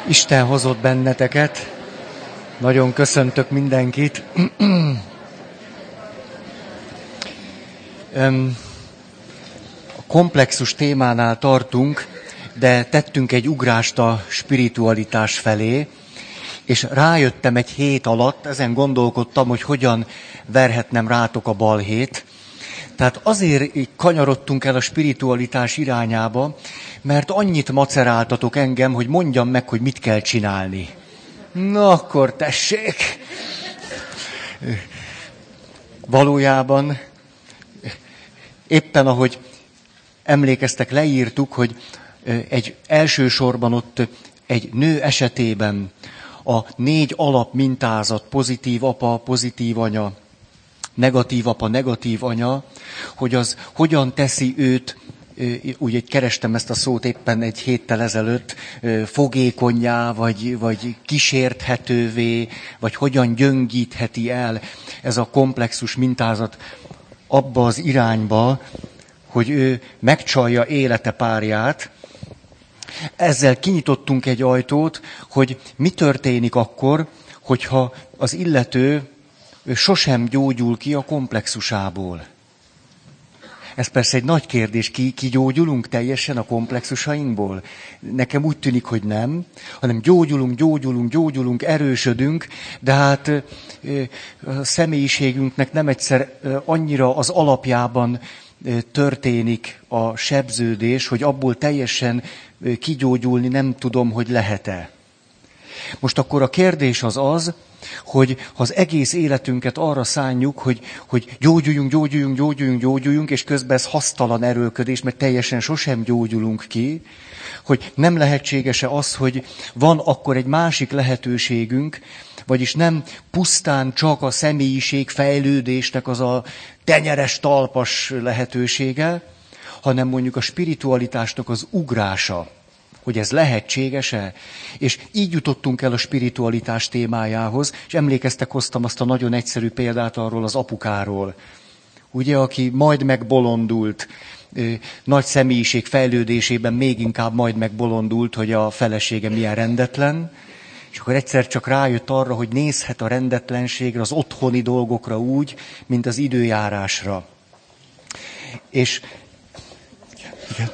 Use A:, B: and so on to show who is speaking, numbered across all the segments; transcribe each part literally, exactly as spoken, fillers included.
A: Isten hozott benneteket. Nagyon köszöntök mindenkit. A komplexus témánál tartunk, de tettünk egy ugrást a spiritualitás felé, és rájöttem egy hét alatt, ezen gondolkodtam, hogy hogyan verhetnem rátok a balhét. Tehát azért kanyarodtunk el a spiritualitás irányába, mert annyit maceráltatok engem, hogy mondjam meg, hogy mit kell csinálni. Na akkor tessék! Valójában éppen ahogy emlékeztek, leírtuk, hogy egy elsősorban ott egy nő esetében a négy alapmintázat, pozitív apa, pozitív anya, negatív apa, negatív anya, hogy az hogyan teszi őt, úgy kerestem ezt a szót éppen egy héttel ezelőtt, fogékonnyá, vagy, vagy kísérthetővé, vagy hogyan gyöngítheti el ez a komplexus mintázat abba az irányba, hogy ő megcsalja élete párját. Ezzel kinyitottunk egy ajtót, hogy mi történik akkor, hogyha az illető sosem gyógyul ki a komplexusából. Ez persze egy nagy kérdés, ki, ki gyógyulunk teljesen a komplexusainkból? Nekem úgy tűnik, hogy nem, hanem gyógyulunk, gyógyulunk, gyógyulunk, erősödünk, de hát a személyiségünknek nem egyszer annyira az alapjában történik a sebződés, hogy abból teljesen kigyógyulni nem tudom, hogy lehet-e. Most akkor a kérdés az az, hogy ha az egész életünket arra szánjuk, hogy, hogy gyógyuljunk, gyógyuljunk, gyógyuljunk, gyógyuljunk, és közben ez hasztalan erőlködés, mert teljesen sosem gyógyulunk ki, hogy nem lehetséges-e az, hogy van akkor egy másik lehetőségünk, vagyis nem pusztán csak a személyiség fejlődésnek az a tenyeres, talpas lehetősége, hanem mondjuk a spiritualitásnak az ugrása, hogy ez lehetséges-e? És így jutottunk el a spiritualitás témájához, és emlékeztek, hoztam azt a nagyon egyszerű példát arról az apukáról, ugye, aki majd megbolondult, nagy személyiség fejlődésében még inkább majd megbolondult, hogy a felesége milyen rendetlen, és akkor egyszer csak rájött arra, hogy nézhet a rendetlenségre, az otthoni dolgokra úgy, mint az időjárásra. És igen.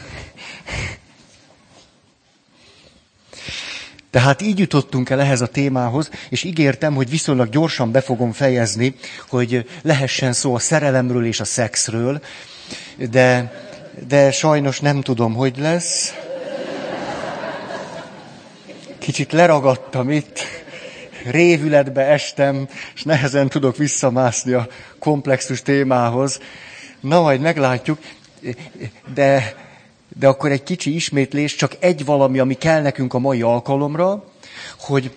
A: Tehát így jutottunk el ehhez a témához, és ígértem, hogy viszonylag gyorsan be fogom fejezni, hogy lehessen szó a szerelemről és a szexről, de, de sajnos nem tudom, hogy lesz. Kicsit leragadtam itt, révületbe estem, és nehezen tudok visszamászni a komplexus témához. Na, majd meglátjuk, de... De akkor egy kicsi ismétlés, csak egy valami, ami kell nekünk a mai alkalomra, hogy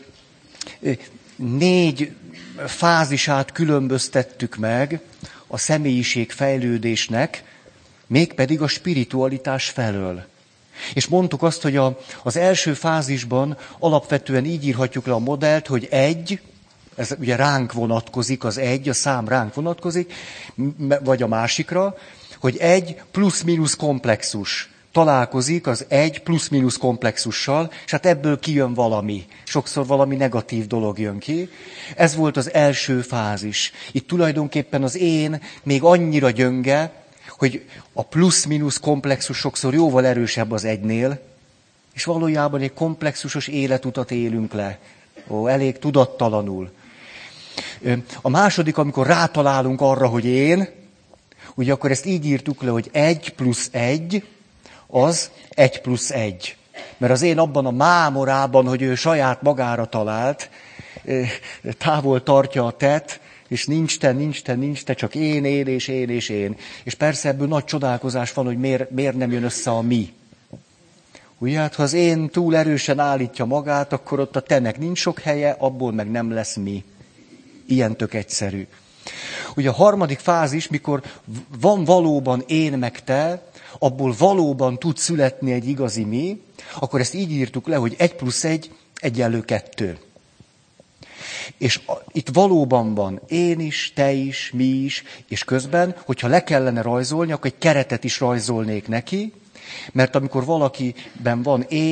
A: négy fázisát különböztettük meg a személyiség fejlődésnek, mégpedig a spiritualitás felől. És mondtuk azt, hogy a, az első fázisban alapvetően így írhatjuk le a modellt, hogy egy, ez ugye ránk vonatkozik, az egy, a szám ránk vonatkozik, vagy a másikra, hogy egy plusz-minusz komplexus találkozik az egy plusz-minusz komplexussal, és hát ebből kijön valami. Sokszor valami negatív dolog jön ki. Ez volt az első fázis. Itt tulajdonképpen az én még annyira gyönge, hogy a plusz-minusz komplexus sokszor jóval erősebb az egynél, és valójában egy komplexusos életutat élünk le. Ó, elég tudattalanul. A második, amikor rátalálunk arra, hogy én, ugye akkor ezt így írtuk le, hogy egy plusz egy, az egy plusz egy. Mert az én abban a mámorában, hogy ő saját magára talált, távol tartja a tet, és nincs te, nincs te, nincs te, csak én, én és én és én. És persze ebből nagy csodálkozás van, hogy miért, miért nem jön össze a mi. Ugye, hát ha az én túl erősen állítja magát, akkor ott a tenek nincs sok helye, abból meg nem lesz mi. Ilyen tök egyszerű. Ugye a harmadik fázis, mikor van valóban én meg te, abból valóban tud születni egy igazi mi, akkor ezt így írtuk le, hogy egy plusz egy egyenlő kettő. És a, itt valóban van én is, te is, mi is, és közben, hogyha le kellene rajzolni, akkor egy keretet is rajzolnék neki, mert amikor valakiben van én,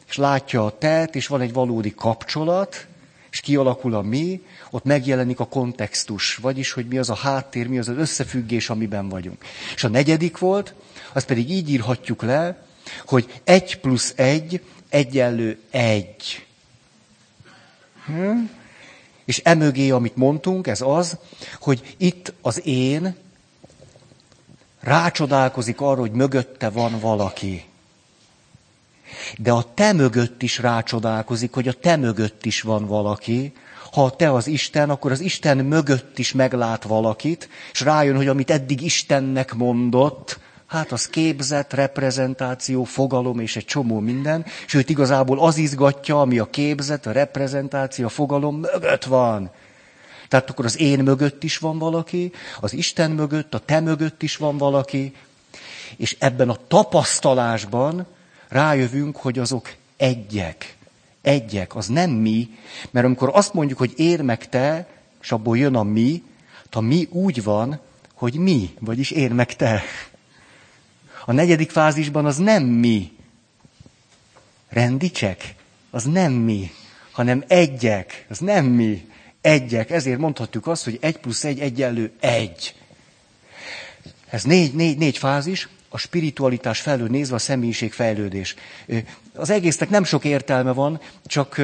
A: és látja a tet, és van egy valódi kapcsolat, és kialakul a mi, ott megjelenik a kontextus, vagyis, hogy mi az a háttér, mi az az összefüggés, amiben vagyunk. És a negyedik volt, azt pedig így írhatjuk le, hogy egy plusz egy egyenlő egy. Hm? És emögé, amit mondtunk, ez az, hogy itt az én rácsodálkozik arra, hogy mögötte van valaki. De a te mögött is rácsodálkozik, hogy a te mögött is van valaki. Ha te az Isten, akkor az Isten mögött is meglát valakit, és rájön, hogy amit eddig Istennek mondott, hát az képzet, reprezentáció, fogalom és egy csomó minden, sőt igazából az izgatja, ami a képzet, a reprezentáció, a fogalom mögött van. Tehát akkor az én mögött is van valaki, az Isten mögött, a te mögött is van valaki, és ebben a tapasztalásban rájövünk, hogy azok egyek. Egyek, az nem mi, mert amikor azt mondjuk, hogy én meg te, és abból jön a mi, a mi úgy van, hogy mi, vagyis én meg te. A negyedik fázisban az nem mi. Rendicsek? Az nem mi, hanem egyek. Az nem mi. Egyek. Ezért mondhatjuk azt, hogy egy plusz egy egyenlő egy. Ez négy, négy, négy fázis, a spiritualitás felől nézve a személyiség fejlődés. Az egésznek nem sok értelme van, csak...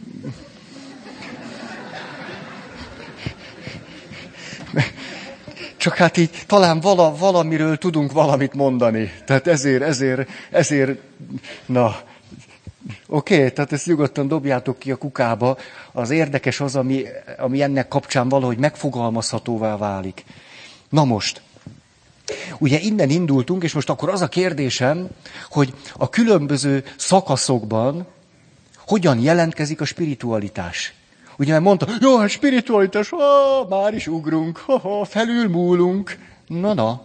A: Csak hát így talán vala, valamiről tudunk valamit mondani. Tehát ezért, ezért, ezért, na, oké, okay, tehát ezt nyugodtan dobjátok ki a kukába. Az érdekes az, ami, ami ennek kapcsán valahogy megfogalmazhatóvá válik. Na most, ugye innen indultunk, és most akkor az a kérdésem, hogy a különböző szakaszokban hogyan jelentkezik a spiritualitás. Ugye mert mondta, jó, hát spiritualitás, ó, már is ugrunk, ha, ha, felülmúlunk. Na-na.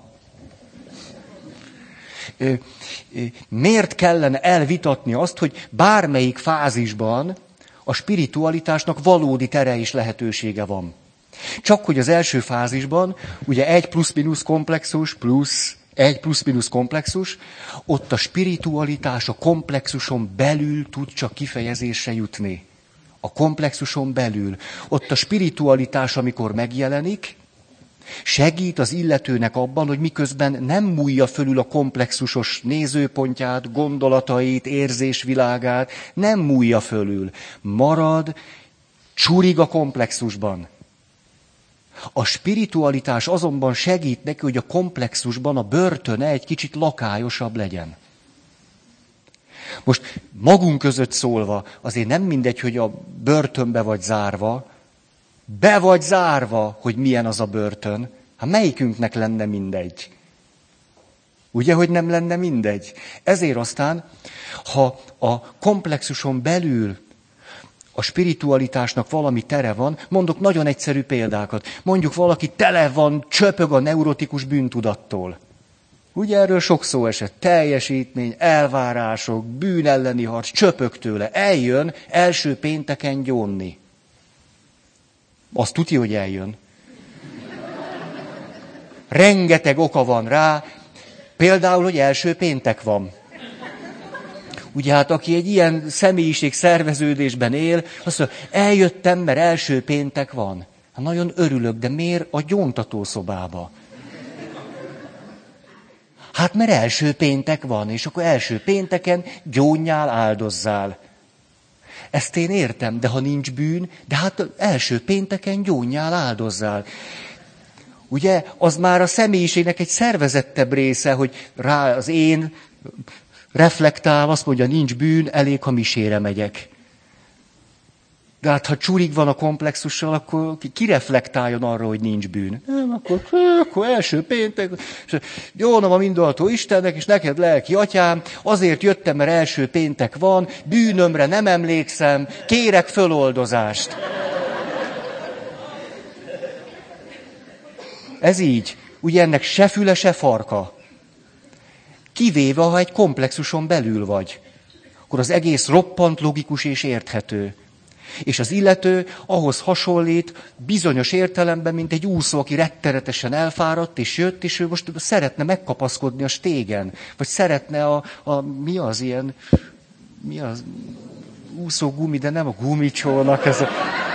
A: Miért kellene elvitatni azt, hogy bármelyik fázisban a spiritualitásnak valódi tere és lehetősége van? Csak hogy az első fázisban, ugye egy plusz-minusz komplexus, plusz egy plusz-minusz komplexus, ott a spiritualitás a komplexuson belül tud csak kifejezésre jutni. A komplexuson belül. Ott a spiritualitás, amikor megjelenik, segít az illetőnek abban, hogy miközben nem múlja fölül a komplexusos nézőpontját, gondolatait, érzésvilágát, nem múlja fölül. Marad, csurig a komplexusban. A spiritualitás azonban segít neki, hogy a komplexusban a börtöne egy kicsit lakályosabb legyen. Most magunk között szólva, azért nem mindegy, hogy a börtönbe vagy zárva, be vagy zárva, hogy milyen az a börtön. Hát melyikünknek lenne mindegy? Ugye, hogy nem lenne mindegy? Ezért aztán, ha a komplexuson belül a spiritualitásnak valami tere van, mondok nagyon egyszerű példákat. Mondjuk valaki tele van, csöpög a neurotikus bűntudattól. Ugye erről sok szó esett. Teljesítmény, elvárások, bűn elleni harc, csöpög tőle. Eljön első pénteken gyónni. Azt tudja, hogy eljön. Rengeteg oka van rá, például, hogy első péntek van. Ugye hát aki egy ilyen személyiség szerveződésben él, azt mondja, eljöttem, mert első péntek van. Hát nagyon örülök, de miért a gyóntatószobába? Hát mert első péntek van, és akkor első pénteken gyónjál, áldozzál. Ezt én értem, de ha nincs bűn, de hát első pénteken gyónjál, áldozzál. Ugye, az már a személyiségnek egy szervezettebb része, hogy rá az én reflektál, azt mondja, nincs bűn, elég, ha misére megyek. De hát, ha csurig van a komplexussal, akkor ki reflektáljon arra, hogy nincs bűn? Nem, akkor, akkor első péntek. Jó napom mindenható Istennek, és neked lelki atyám, azért jöttem, mert első péntek van, bűnömre nem emlékszem, kérek föloldozást. Ez így. Ugye ennek se füle, se farka. Kivéve, ha egy komplexuson belül vagy. Akkor az egész roppant logikus és érthető. És az illető ahhoz hasonlít bizonyos értelemben, mint egy úszó, aki rettenetesen elfáradt, és jött, és ő most szeretne megkapaszkodni a stégen. Vagy szeretne a, a mi az ilyen mi az? Úszógumi, de nem a gumicsónak. Ez a...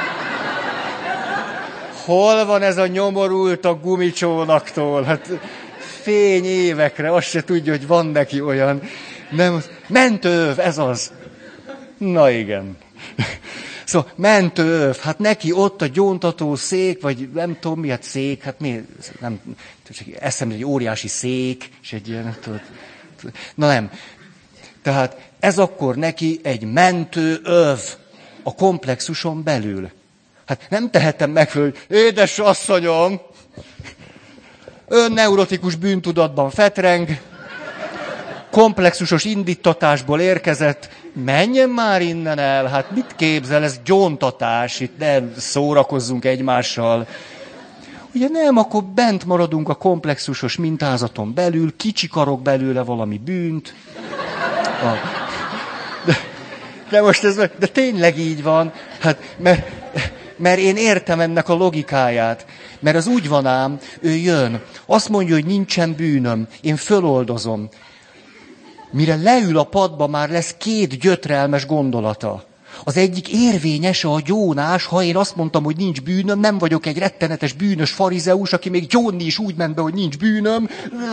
A: Hol van ez a nyomorult a gumicsónaktól? Hát fény évekre, azt se tudja, hogy van neki olyan. Nem, mentőöv, ez az. Na igen. Szóval mentőöv, hát neki ott a gyóntató szék, vagy nem tudom mi, hát szék, hát mi, nem, eszembe egy óriási szék, és egy ilyen, tudod. Na nem. Tehát ez akkor neki egy mentőöv a komplexuson belül. Hát nem tehetem meg föl, hogy édes asszonyom, ön neurotikus bűntudatban fetreng, komplexusos indítatásból érkezett, menjen már innen el, hát mit képzel, ez gyóntatás, itt ne szórakozzunk egymással. Ugye nem, akkor bent maradunk a komplexusos mintázaton belül, kicsikarok belőle valami bűnt. A... De, de most ez, de tényleg így van, hát, mert, mert én értem ennek a logikáját. Mert az úgy van ám, ő jön, azt mondja, hogy nincsen bűnöm, én föloldozom. Mire leül a padba, már lesz két gyötrelmes gondolata. Az egyik érvényes a gyónás, ha én azt mondtam, hogy nincs bűnöm, nem vagyok egy rettenetes bűnös farizeus, aki még gyónni is úgy ment be, hogy nincs bűnöm.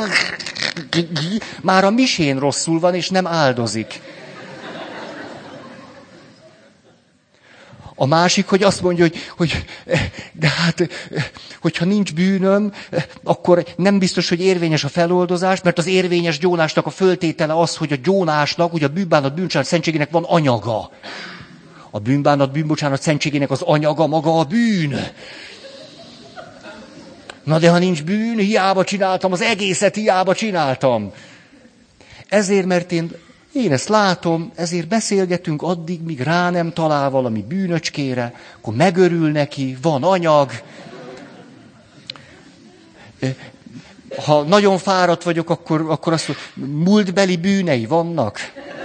A: Már a misén rosszul van, és nem áldozik. A másik, hogy azt mondja, hogy, hogy de hát, hogyha nincs bűnöm, akkor nem biztos, hogy érvényes a feloldozás, mert az érvényes gyónásnak a föltétele az, hogy a gyónásnak, ugye a bűnbánat bűnbocsánat szentségének van anyaga. A bűnbánat bűnbocsánat szentségének az anyaga maga a bűn. Na de ha nincs bűn, hiába csináltam, az egészet hiába csináltam. Ezért, mert én... Én ezt látom, ezért beszélgetünk addig, míg rá nem talál valami bűnöcskére, akkor megörül neki, van anyag. Ha nagyon fáradt vagyok, akkor, akkor azt mondom, múltbeli bűnei vannak.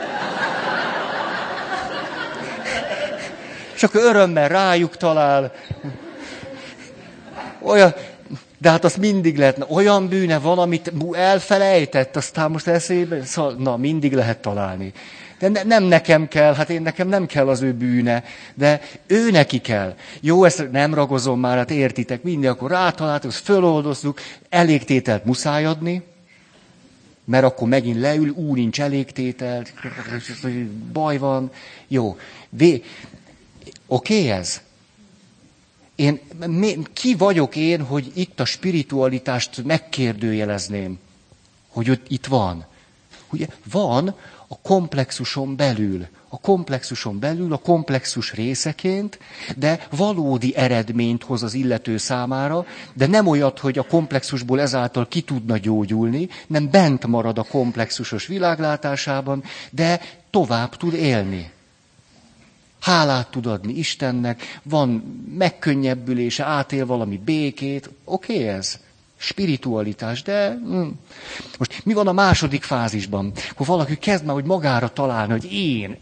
A: És akkor örömmel rájuk talál. Olyan... De hát azt mindig lehetne. Olyan bűne van, amit elfelejtett, aztán most eszébe, szóval, na, mindig lehet találni. De ne, nem nekem kell, hát én nekem nem kell az ő bűne, de ő neki kell. Jó, ezt nem ragozom már, hát értitek, mindig akkor rátaláltuk, azt föloldozzuk, elégtételt muszáj adni, mert akkor megint leül, ú, nincs elégtétel, baj van. Jó, Vé... oké okay, ez? Én, ki vagyok én, hogy itt a spiritualitást megkérdőjelezném, hogy ott, itt van. Ugye van a komplexuson belül, a komplexuson belül, a komplexus részeként, de valódi eredményt hoz az illető számára, de nem olyat, hogy a komplexusból ezáltal ki tudna gyógyulni, nem bent marad a komplexusos világlátásában, de tovább tud élni. Hálát tud adni Istennek, van megkönnyebbülése, átél valami békét. Oké okay, ez? Spiritualitás, de... Hm. Most mi van a második fázisban? Akkor valaki kezd már, hogy magára találni, hogy én...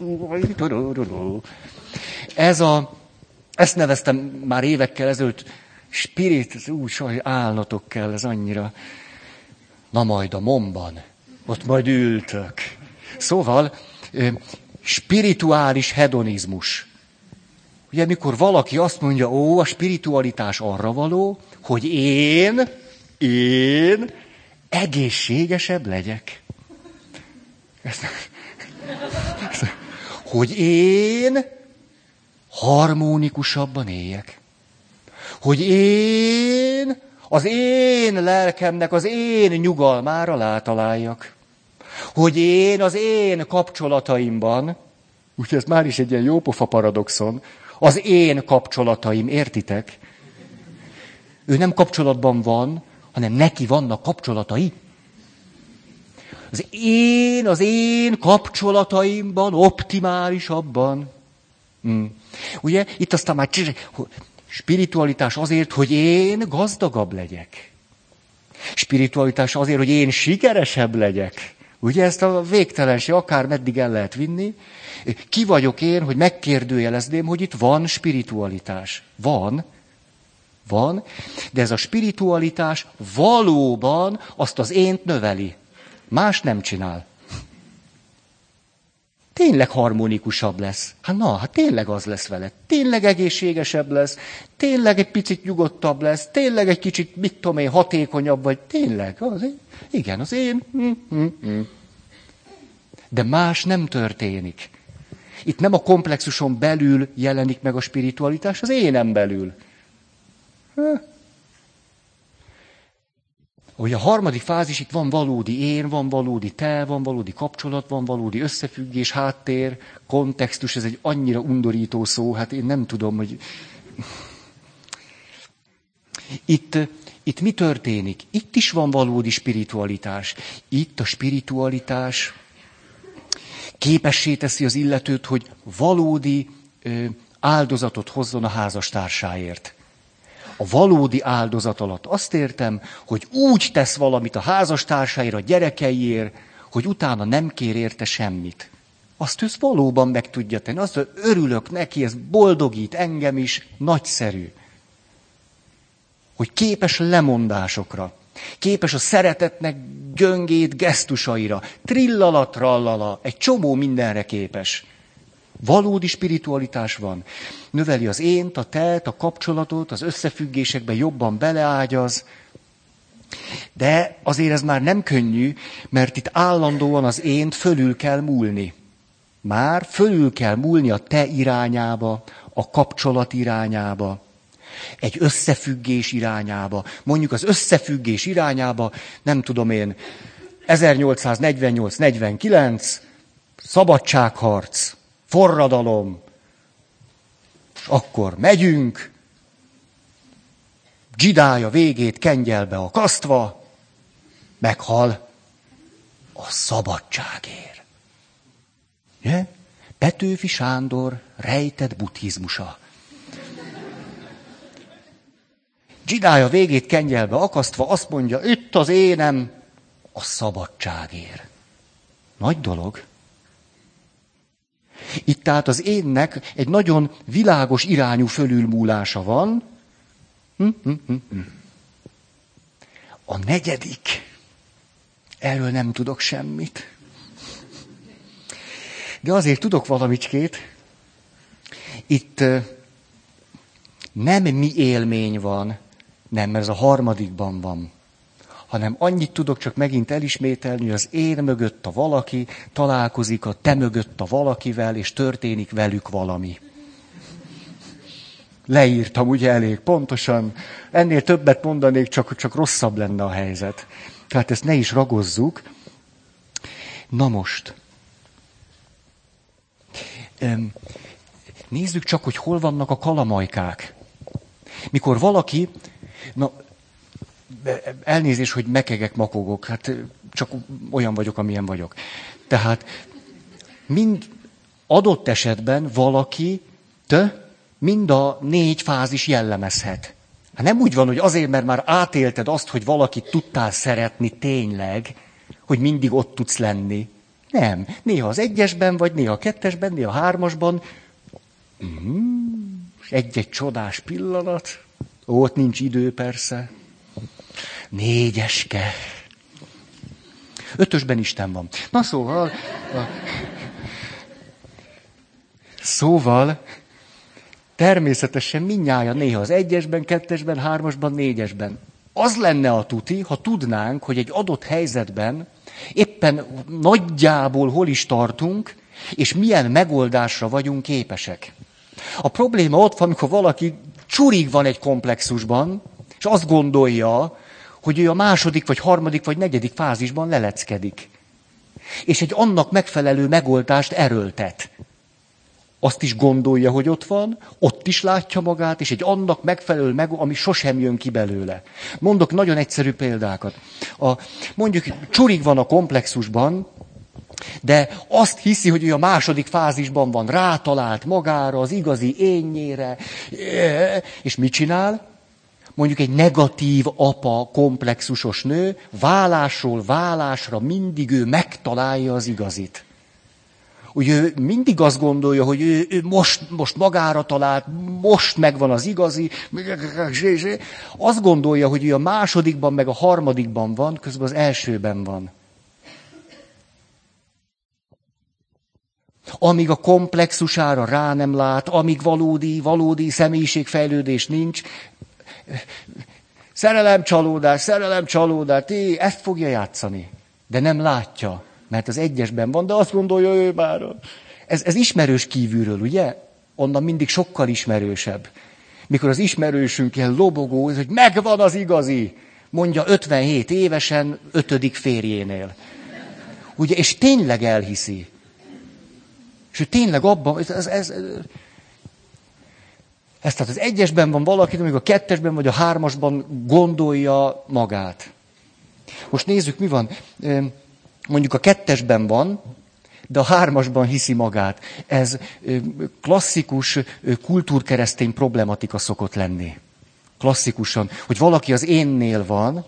A: Ez a... Ezt neveztem már évekkel ezelőtt, spirit, úgy saj, állnotok kell, ez annyira... Na majd a momban, ott majd ültök. Szóval... Spirituális hedonizmus. Ugye, mikor valaki azt mondja, ó, a spiritualitás arra való, hogy én, én egészségesebb legyek. Ezt, ezt, hogy én harmonikusabban éljek. Hogy én az én lelkemnek az én nyugalmára látaláljak. Hogy én az én kapcsolataimban, úgyhogy ez már is egy ilyen jópofa paradoxon, az én kapcsolataim, értitek? Ő nem kapcsolatban van, hanem neki vannak kapcsolatai. Az én, az én kapcsolataimban optimálisabban. Hm. Ugye, itt aztán már spiritualitás azért, hogy én gazdagabb legyek. Spiritualitás azért, hogy én sikeresebb legyek. Ugye ezt a végtelenség akár meddig el lehet vinni. Ki vagyok én, hogy megkérdőjelezném, hogy itt van spiritualitás. Van, van, de ez a spiritualitás valóban azt az ént növeli. Más nem csinál. tényleg harmonikusabb lesz. Hát na, hát tényleg az lesz vele. Tényleg egészségesebb lesz, tényleg egy picit nyugodtabb lesz, tényleg egy kicsit, mit tudom én, hatékonyabb, vagy tényleg. Az, igen, az én. De más nem történik. Itt nem a komplexuson belül jelenik meg a spiritualitás, az énem belül. Hogy a harmadik fázis, itt van valódi én, van valódi te, van valódi kapcsolat, van valódi összefüggés, háttér, kontextus, ez egy annyira undorító szó, hát én nem tudom, hogy... Itt, itt mi történik? Itt is van valódi spiritualitás. Itt a spiritualitás képessé teszi az illetőt, hogy valódi ö, áldozatot hozzon a házastársáért. A valódi áldozat alatt azt értem, hogy úgy tesz valamit a házastársaira, a gyerekeiért, hogy utána nem kér érte semmit. Azt ő valóban meg tudja tenni. Azt, hogy örülök neki, ez boldogít engem is, nagyszerű. Hogy képes lemondásokra. Képes a szeretetnek gyöngét gesztusaira. Trillala, trallala, egy csomó mindenre képes. Valódi spiritualitás van. Növeli az ént, a telt, a kapcsolatot, az összefüggésekbe jobban beleágyaz. De azért ez már nem könnyű, mert itt állandóan az ént fölül kell múlni. Már fölül kell múlni a te irányába, a kapcsolat irányába, egy összefüggés irányába. Mondjuk az összefüggés irányába, nem tudom én, ezernyolcszáznegyvennyolc negyvenkilenc, szabadságharc, forradalom, és akkor megyünk, dzsidája végét kengyelbe akasztva, meghal a szabadságért. Je? Petőfi Sándor rejtett buddhizmusa. Dzsidája végét kengyelbe akasztva azt mondja, itt az énem a szabadságért. Nagy dolog. Itt tehát az énnek egy nagyon világos irányú fölülmúlása van. A negyedik. Erről nem tudok semmit. De azért tudok valamicskét. Itt nem mi élmény van, nem, mert ez a harmadikban van, hanem annyit tudok csak megint elismételni, hogy az én mögött a valaki találkozik a te mögött a valakivel, és történik velük valami. Leírtam ugye elég pontosan. Ennél többet mondanék, csak, csak rosszabb lenne a helyzet. Tehát ezt ne is ragozzuk. Na most. Nézzük csak, hogy hol vannak a kalamajkák. Mikor valaki... Na, elnézés, hogy mekegek, makogok, hát csak olyan vagyok, amilyen vagyok. Tehát mind adott esetben valaki te mind a négy fázis jellemezhet. Hát nem úgy van, hogy azért, mert már átélted azt, hogy valakit tudtál szeretni tényleg, hogy mindig ott tudsz lenni. Nem. Néha az egyesben vagy, néha a kettesben, néha a hármasban. Mm, egy-egy csodás pillanat. Ó, ott nincs idő persze. Négyeske. Ötösben Isten van. Na szóval... A... Szóval... Természetesen mindnyájan néha az egyesben, kettesben, hármasban, négyesben. Az lenne a tuti, ha tudnánk, hogy egy adott helyzetben éppen nagyjából hol is tartunk, és milyen megoldásra vagyunk képesek. A probléma ott van, amikor valaki csurig van egy komplexusban, és azt gondolja, hogy ő a második, vagy harmadik, vagy negyedik fázisban leleckedik. És egy annak megfelelő megoldást erőltet. Azt is gondolja, hogy ott van, ott is látja magát, és egy annak megfelelő meg, ami sosem jön ki belőle. Mondok nagyon egyszerű példákat. A, mondjuk csurig van a komplexusban, de azt hiszi, hogy ő a második fázisban van, rátalált magára, az igazi énnyére, és mit csinál? Mondjuk egy negatív apa, komplexusos nő, válásról válásra mindig ő megtalálja az igazit. Ugye ő mindig azt gondolja, hogy ő, ő most, most magára talált, most megvan az igazi. Azt gondolja, hogy ő a másodikban, meg a harmadikban van, közben az elsőben van. Amíg a komplexusára rá nem lát, amíg valódi, valódi személyiségfejlődés nincs, szerelem, csalódás, szerelem, csalódás, té, ezt fogja játszani. De nem látja, mert az egyesben van, de azt gondolja ő már. Ez, ez ismerős kívülről, ugye? Onnan mindig sokkal ismerősebb. Mikor az ismerősünk ilyen lobogó, hogy megvan az igazi, mondja ötvenhét évesen, ötödik férjénél. Ugye, és tényleg elhiszi. És ő tényleg abban, ez, ez, ez, ez tehát az egyesben van valaki, amíg a kettesben vagy a hármasban gondolja magát. Most nézzük, mi van. Mondjuk a kettesben van, de a hármasban hiszi magát. Ez klasszikus kultúrkeresztény problematika szokott lenni. Klasszikusan, hogy valaki az énnél van,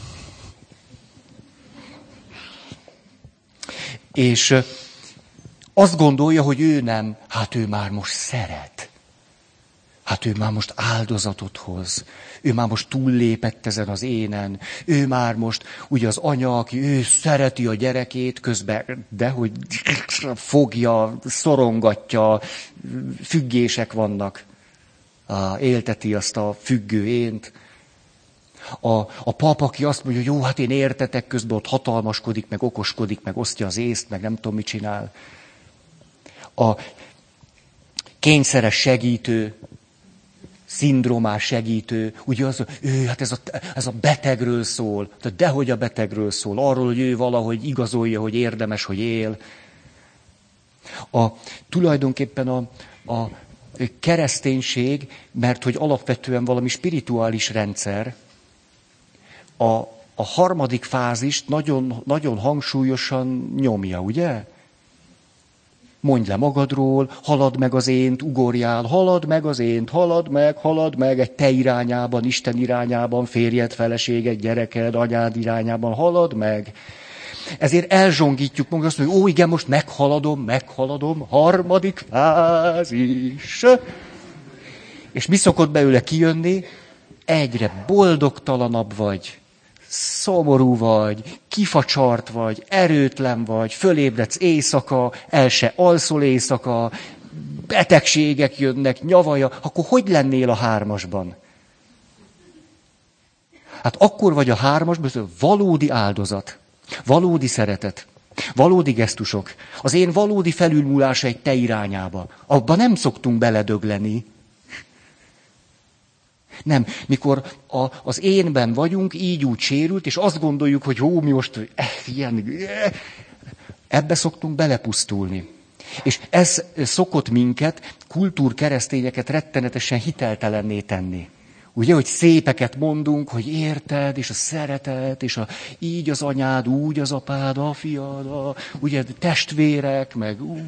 A: és azt gondolja, hogy ő nem, hát ő már most szeret. Hát ő már most áldozatot hoz. Ő már most túllépett ezen az énen. Ő már most, ugye az anya, aki ő szereti a gyerekét, közben, de hogy fogja, szorongatja, függések vannak. Á, élteti azt a függő ént. A, a pap, aki azt mondja, hogy jó, hát én értetek, közben ott hatalmaskodik, meg okoskodik, meg osztja az észt, meg nem tudom, mit csinál. A kényszeres segítő, szindrómás segítő, ugye az, ő, hát ez a, ez a betegről szól, tehát dehogy a betegről szól, arról, hogy ő valahogy igazolja, hogy érdemes, hogy él. A, tulajdonképpen a, a kereszténység, mert hogy alapvetően valami spirituális rendszer, a, a harmadik fázist nagyon, nagyon hangsúlyosan nyomja, ugye? Mondj le magadról, halad meg az ént, ugorjál, halad meg az ént, halad meg, halad meg egy te irányában, Isten irányában, férjed, feleséged, gyereked, anyád irányában, halad meg. Ezért elzsongítjuk magunkat, azt mondjuk, ó igen, most meghaladom, meghaladom, harmadik fázis. És mi szokott belőle kijönni? Egyre boldogtalanabb vagy, szomorú vagy, kifacsart vagy, erőtlen vagy, fölébredsz éjszaka, el se alszol éjszaka, betegségek jönnek, nyavaja, akkor hogy lennél a hármasban? Hát akkor vagy a hármasban, ez valódi áldozat, valódi szeretet, valódi gesztusok, az én valódi felülmúlása egy te irányába. Abba nem szoktunk beledögleni. Nem, mikor a, az énben vagyunk, így úgy sérült, és azt gondoljuk, hogy hó, mi most eh, ilyen, eh, ebbe szoktunk belepusztulni. És ez szokott minket, kultúrkeresztényeket rettenetesen hiteltelenné tenni. Ugye, hogy szépeket mondunk, hogy érted, és a szeretet, és a, így az anyád, úgy az apád, a fiad, a, ugye testvérek, meg ú.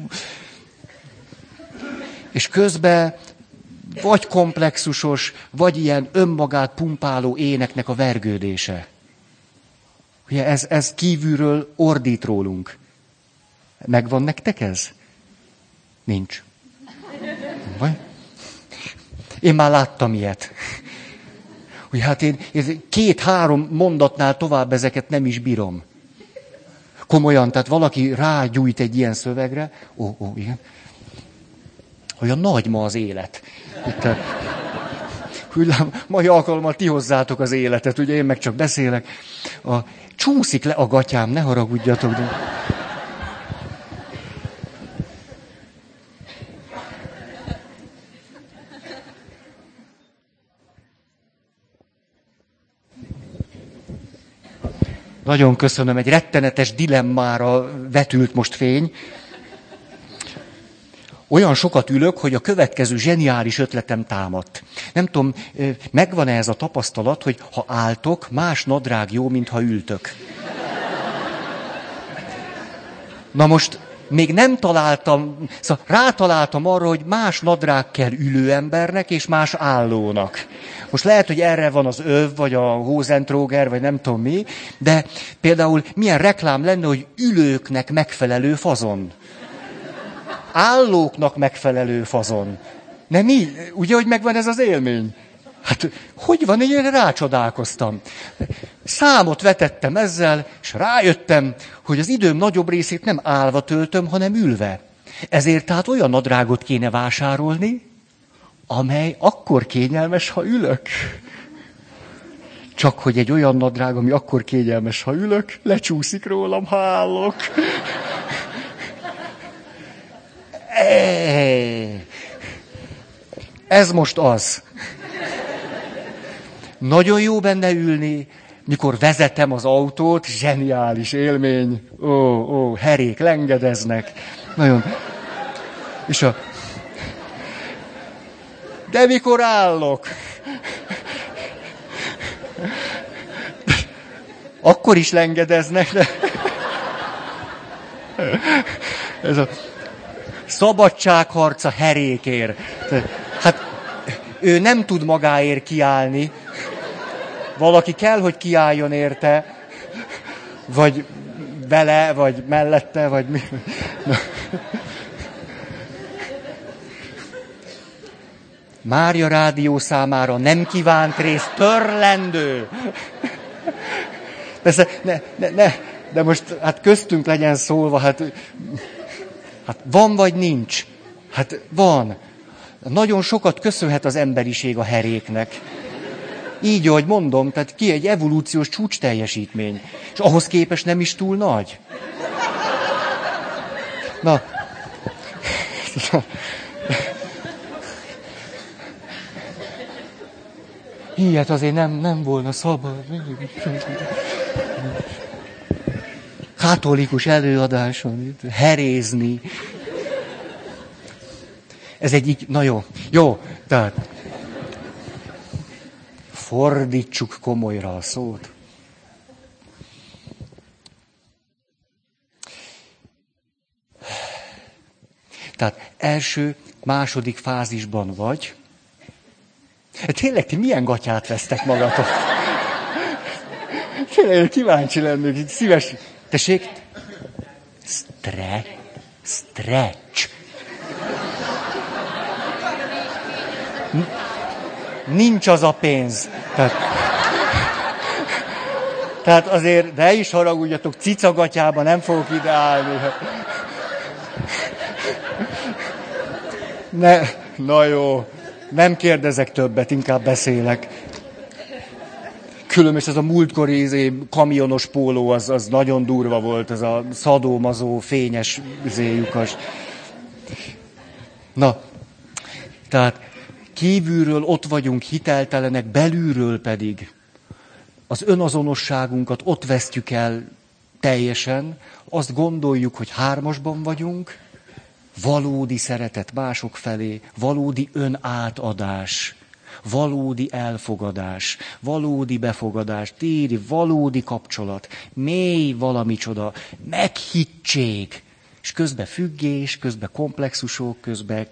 A: És közben vagy komplexusos, vagy ilyen önmagát pumpáló éneknek a vergődése. Ugye ez, ez kívülről ordít rólunk. Megvan nektek ez? Nincs. Vagy? Én már láttam ilyet. Hogy hát én, én két-három mondatnál tovább ezeket nem is bírom. Komolyan, tehát valaki rágyújt egy ilyen szövegre, ó, ó, igen. Olyan nagy ma az élet. Itt, hullám, mai alkalommal ti hozzátok az életet, ugye én meg csak beszélek. A, csúszik le a gatyám, ne haragudjatok. De... Nagyon köszönöm, egy rettenetes dilemmára vetült most fény. Olyan sokat ülök, hogy a következő zseniális ötletem támadt. Nem tudom, megvan-e ez a tapasztalat, hogy ha álltok, más nadrág jó, mint ha ültök. Na most még nem találtam, szóval rátaláltam arra, hogy más nadrág kell ülő embernek, és más állónak. Most lehet, hogy erre van az öv, vagy a Hosentróger, vagy nem tudom mi, de például milyen reklám lenne, hogy ülőknek megfelelő fazon. Állóknak megfelelő fazon. Nem így? Ugye, hogy megvan ez az élmény? Hát, hogy van, én rácsodálkoztam. Számot vetettem ezzel, és rájöttem, hogy az időm nagyobb részét nem állva töltöm, hanem ülve. Ezért tehát olyan nadrágot kéne vásárolni, amely akkor kényelmes, ha ülök. Csak hogy egy olyan nadrág, ami akkor kényelmes, ha ülök, lecsúszik rólam, ha állok. Ez most az. Nagyon jó benne ülni, mikor vezetem az autót, zseniális élmény. Ó, ó, herék lengedeznek. Nagyon. És a... De mikor állok? Akkor is lengedeznek, de... Ez a szabadságharc a herékért. Hát ő nem tud magáért kiállni. Valaki kell, hogy kiálljon érte. Vagy vele, vagy mellette, vagy mi. Mária rádió számára nem kívánt rész törlendő. Persze, ne, ne, ne, de most hát köztünk legyen szólva, hát, hát van vagy nincs. Hát van. Nagyon sokat köszönhet az emberiség a heréknek. Így, ahogy mondom, tehát ki egy evolúciós csúcs teljesítmény. És ahhoz képest nem is túl nagy. Na. Ilyet azért nem, nem volna szabad. Katolikus előadáson, herézni. Ez egy, na jó, jó, tehát fordítsuk komolyra a szót. Tehát első, második fázisban vagy. Tényleg, ti milyen gatyát vesztek magatok? Tényleg, kíváncsi lennék, szíves. Tessék? Stretch. Stretch. Nincs az a pénz. Tehát, tehát azért, de is haragudjatok, cicagatyába nem fogok ide állni. Ne, na jó, nem kérdezek többet, inkább beszélek. Különben ez a múltkori izé, kamionos póló, az, az nagyon durva volt, ez a szadómazó, fényes izéjukas. Na, tehát kívülről ott vagyunk hiteltelenek, belülről pedig az önazonosságunkat ott vesztjük el teljesen, azt gondoljuk, hogy hármasban vagyunk, valódi szeretet mások felé, valódi önátadás, valódi elfogadás, valódi befogadás, tíri, valódi kapcsolat, mély valamicsoda, meghittség, és közben függés, közben komplexusok, közben...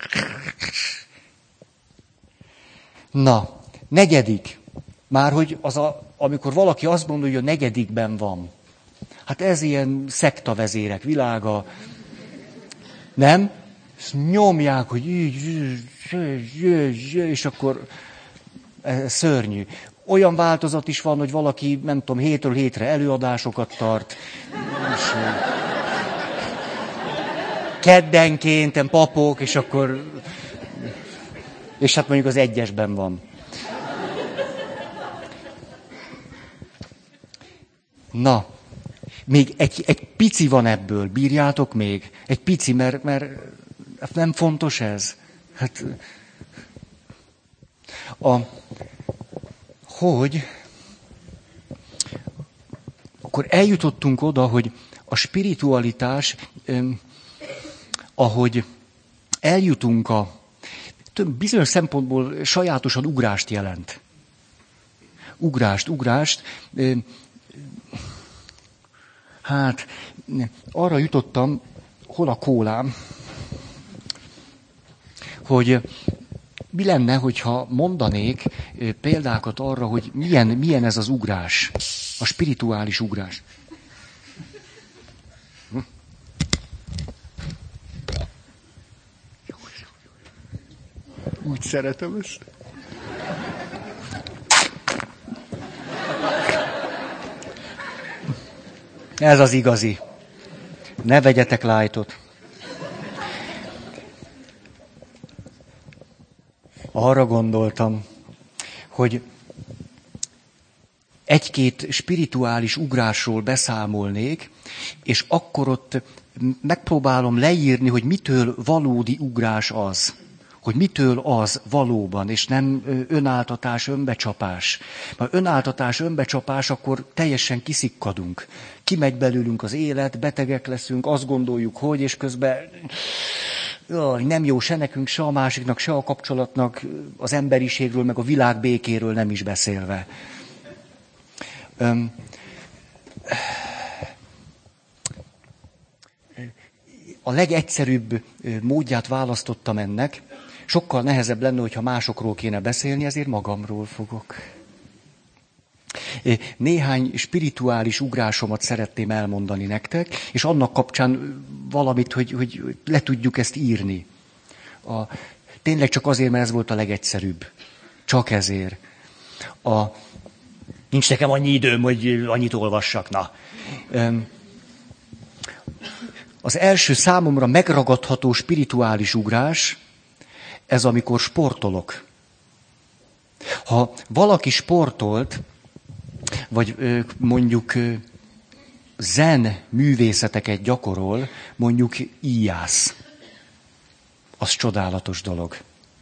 A: Na, negyedik. Már hogy az a, amikor valaki azt gondolja, hogy a negyedikben van. Hát ez ilyen szektavezérek világa. Nem? És nyomják, hogy így, és akkor szörnyű. Olyan változat is van, hogy valaki, nem tudom, hétről hétre előadásokat tart. És keddenként papok, és akkor... És hát mondjuk az egyesben van. Na, még egy, egy pici van ebből, bírjátok még? Egy pici, mert, mert nem fontos ez. Hát, a, hogy akkor eljutottunk oda, hogy a spiritualitás, eh, ahogy eljutunk a bizonyos szempontból sajátosan ugrást jelent. Ugrást, ugrást. Hát, arra jutottam, hol a kólám, hogy mi lenne, hogyha mondanék példákat arra, hogy milyen, milyen ez az ugrás, a spirituális ugrás. Úgy szeretem ezt. Ez az igazi. Ne vegyetek lájtot. Arra gondoltam, hogy egy-két spirituális ugrásról beszámolnék, és akkor ott megpróbálom leírni, hogy mitől valódi ugrás az. Hogy mitől az valóban, és nem önáltatás, önbecsapás. Mert önáltatás, önbecsapás, akkor teljesen kiszikkadunk. Kimegy belőlünk az élet, betegek leszünk, azt gondoljuk, hogy, és közben jaj, nem jó se nekünk, se a másiknak, se a kapcsolatnak, az emberiségről, meg a világ békéről nem is beszélve. A legegyszerűbb módját választottam ennek. Sokkal nehezebb lenne, hogyha másokról kéne beszélni, ezért magamról fogok. Néhány spirituális ugrásomat szeretném elmondani nektek, és annak kapcsán valamit, hogy, hogy le tudjuk ezt írni. A, tényleg csak azért, mert ez volt a legegyszerűbb. Csak ezért. A, nincs nekem annyi időm, hogy annyit olvassak. Na. Az első számomra megragadható spirituális ugrás, ez amikor sportolok. Ha valaki sportolt, vagy mondjuk zen művészeteket gyakorol, mondjuk íjász. Az csodálatos dolog.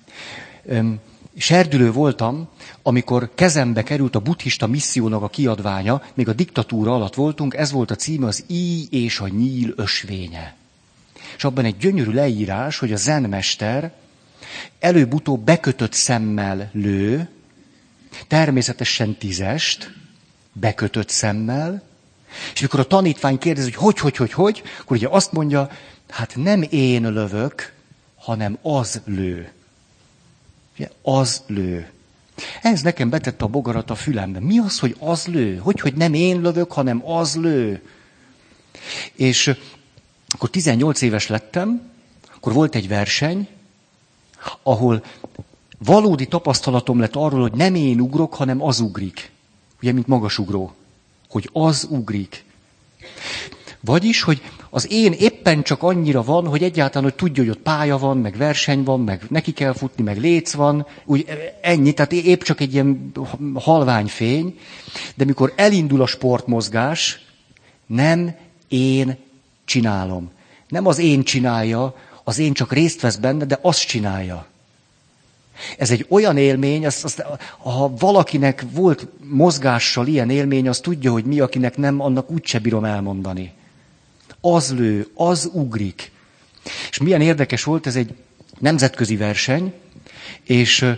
A: Serdülő voltam, amikor kezembe került a buddhista missziónak a kiadványa, még a diktatúra alatt voltunk, ez volt a címe, az Íj és a nyíl ösvénye. És abban egy gyönyörű leírás, hogy a zenmester előbb-utóbb bekötött szemmel lő, természetesen tízest, bekötött szemmel, és mikor a tanítvány kérdezi, hogy hogy, hogy, hogy, hogy, akkor ugye azt mondja, hát nem én lövök, hanem az lő. Az lő. Ez nekem betette a bogarat a fülembe. Mi az, hogy az lő? Hogy, hogy nem én lövök, hanem az lő? És akkor tizennyolc éves lettem, akkor volt egy verseny, ahol valódi tapasztalatom lett arról, hogy nem én ugrok, hanem az ugrik. Ugye, mint magasugró. Hogy az ugrik. Vagyis, hogy az én éppen csak annyira van, hogy egyáltalán, hogy tudja, hogy ott pálya van, meg verseny van, meg neki kell futni, meg léc van, úgy ennyi, tehát épp csak egy ilyen halvány fény, de mikor elindul a sportmozgás, nem én csinálom. Nem az én csinálja, az én csak részt vesz benne, de azt csinálja. Ez egy olyan élmény, az, az, ha valakinek volt mozgással ilyen élmény, az tudja, hogy mi, akinek nem, annak úgyse bírom elmondani. Az lő, az ugrik. És milyen érdekes volt, ez egy nemzetközi verseny, és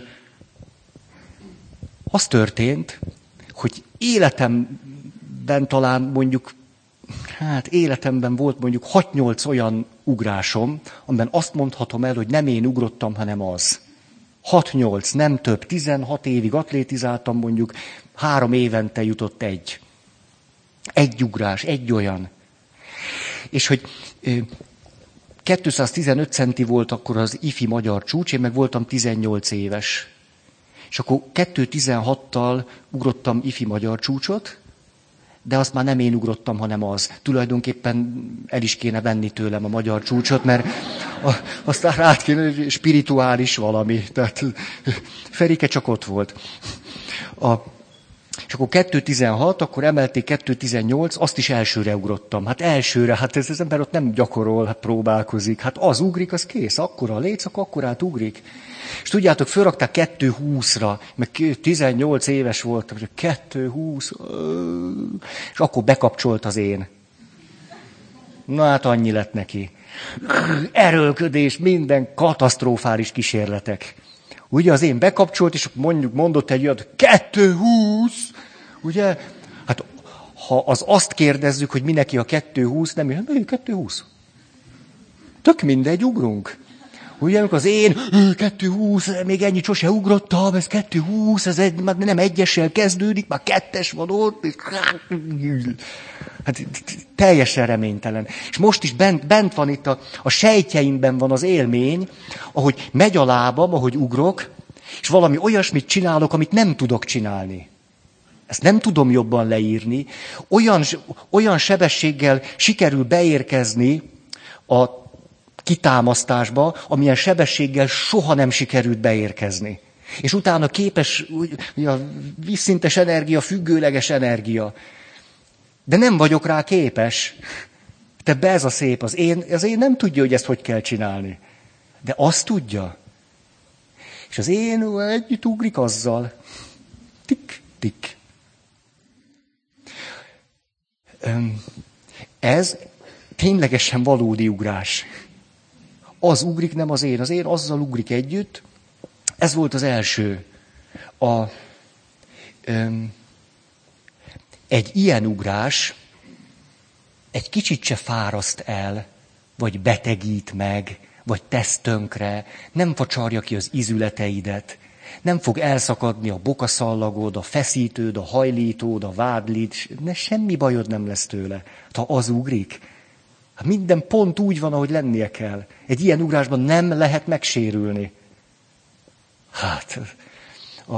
A: az történt, hogy életemben talán mondjuk, hát életemben volt mondjuk hat-nyolc olyan ugrásom, amiben azt mondhatom el, hogy nem én ugrottam, hanem az. hat-nyolc, nem több, tizenhat évig atlétizáltam, mondjuk három évente jutott egy. Egy ugrás, egy olyan. És hogy kétszáztizenöt centi volt akkor az ifi magyar csúcs, én meg voltam tizennyolc éves. És akkor kettő tizenhattal ugrottam ifi magyar csúcsot, de azt már nem én ugrottam, hanem az. Tulajdonképpen el is kéne venni tőlem a magyar csúcsot, mert a, aztán rá kéne, spirituális valami. Tehát Ferike csak ott volt. A, és akkor kettő tizenhat, akkor emelték kettő tizennyolc, azt is elsőre ugrottam. Hát elsőre, hát ez az ember ott nem gyakorol, hát próbálkozik. Hát az ugrik, az kész, akkora a léc, akkor át ugrik. És tudjátok, fölrakták kettő húszra, meg tizennyolc éves voltam, és kettő húsz, és akkor bekapcsolt az én. Na hát annyi lett neki. Erőlködés, minden katasztrofális kísérletek. Ugye az én bekapcsolt, és mondjuk mondott egy olyat, kettő húsz, ugye? Hát ha az azt kérdezzük, hogy mi neki a kettő húsz, nem jön, kettő húsz. Tök mindegy, ugrunk. Ugye, amikor az én, kettő húsz, még ennyit sose ugrottam, ez kettő húsz, ez egy, nem egyessel kezdődik, már kettes van ott, és hát teljesen reménytelen. És most is bent, bent van itt a, a sejtjeimben van az élmény, ahogy megy a lábam, ahogy ugrok, és valami olyasmit csinálok, amit nem tudok csinálni. Ezt nem tudom jobban leírni. Olyan, olyan sebességgel sikerül beérkezni a kitámasztásba, amilyen sebességgel soha nem sikerült beérkezni. És utána képes, a vízszintes energia, függőleges energia. De nem vagyok rá képes. Te be ez a szép, az én, az én nem tudja, hogy ezt hogy kell csinálni. De azt tudja. És az én együtt ugrik azzal. Tik, tik. Ez ténylegesen valódi ugrás. Az ugrik, nem az én. Az én azzal ugrik együtt. Ez volt az első. A, öm, egy ilyen ugrás egy kicsit se fáraszt el, vagy betegít meg, vagy tesz tönkre, nem facsarja ki az izületeidet, nem fog elszakadni a bokaszallagod, a feszítőd, a hajlítód, a vádlid, ne, semmi bajod nem lesz tőle, ha az ugrik. Hát minden pont úgy van, ahogy lennie kell. Egy ilyen ugrásban nem lehet megsérülni. Hát, a...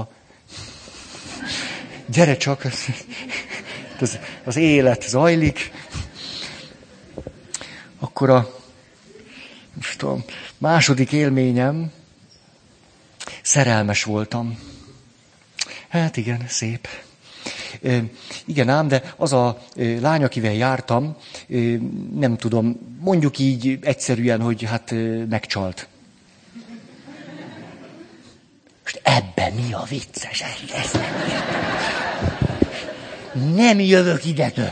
A: gyere csak, az, az élet zajlik. Akkor a, most a második élményem, szerelmes voltam. Hát igen, szép. E, igen ám, de az a lány, akivel jártam, nem tudom, mondjuk így egyszerűen, hogy hát megcsalt. Most ebben mi a vicces? Ez nem, nem jövök ide több.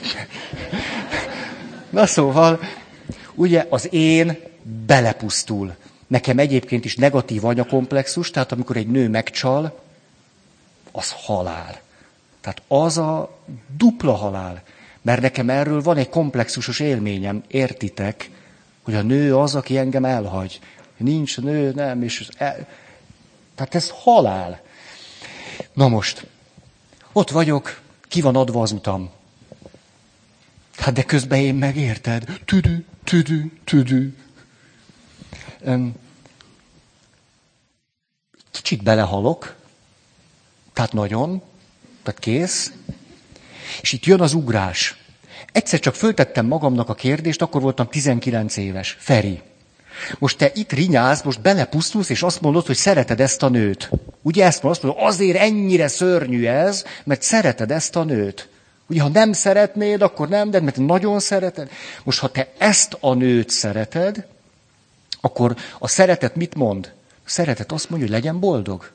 A: Na szóval, ugye az én belepusztul. Nekem egyébként is negatív anyakomplexus, tehát amikor egy nő megcsal, az halál. Tehát az a dupla halál. Mert nekem erről van egy komplexusos élményem, értitek, hogy a nő az, aki engem elhagy. Nincs nő, nem, és el... Tehát ez halál. Na most, ott vagyok, ki van adva az utam. Hát de közben én megérted. Tüdü, tüdü, tüdü. Kicsit belehalok, tehát nagyon, tehát kész. És itt jön az ugrás. Egyszer csak föltettem magamnak a kérdést, akkor voltam tizenkilenc éves. Feri, most te itt rinyálsz, most belepusztulsz, és azt mondod, hogy szereted ezt a nőt. Ugye ezt mondod, azt mondod, azért ennyire szörnyű ez, mert szereted ezt a nőt. Ugye, ha nem szeretnéd, akkor nem, de mert nagyon szereted. Most, ha te ezt a nőt szereted, akkor a szeretet mit mond? A szeretet azt mondja, hogy legyen boldog.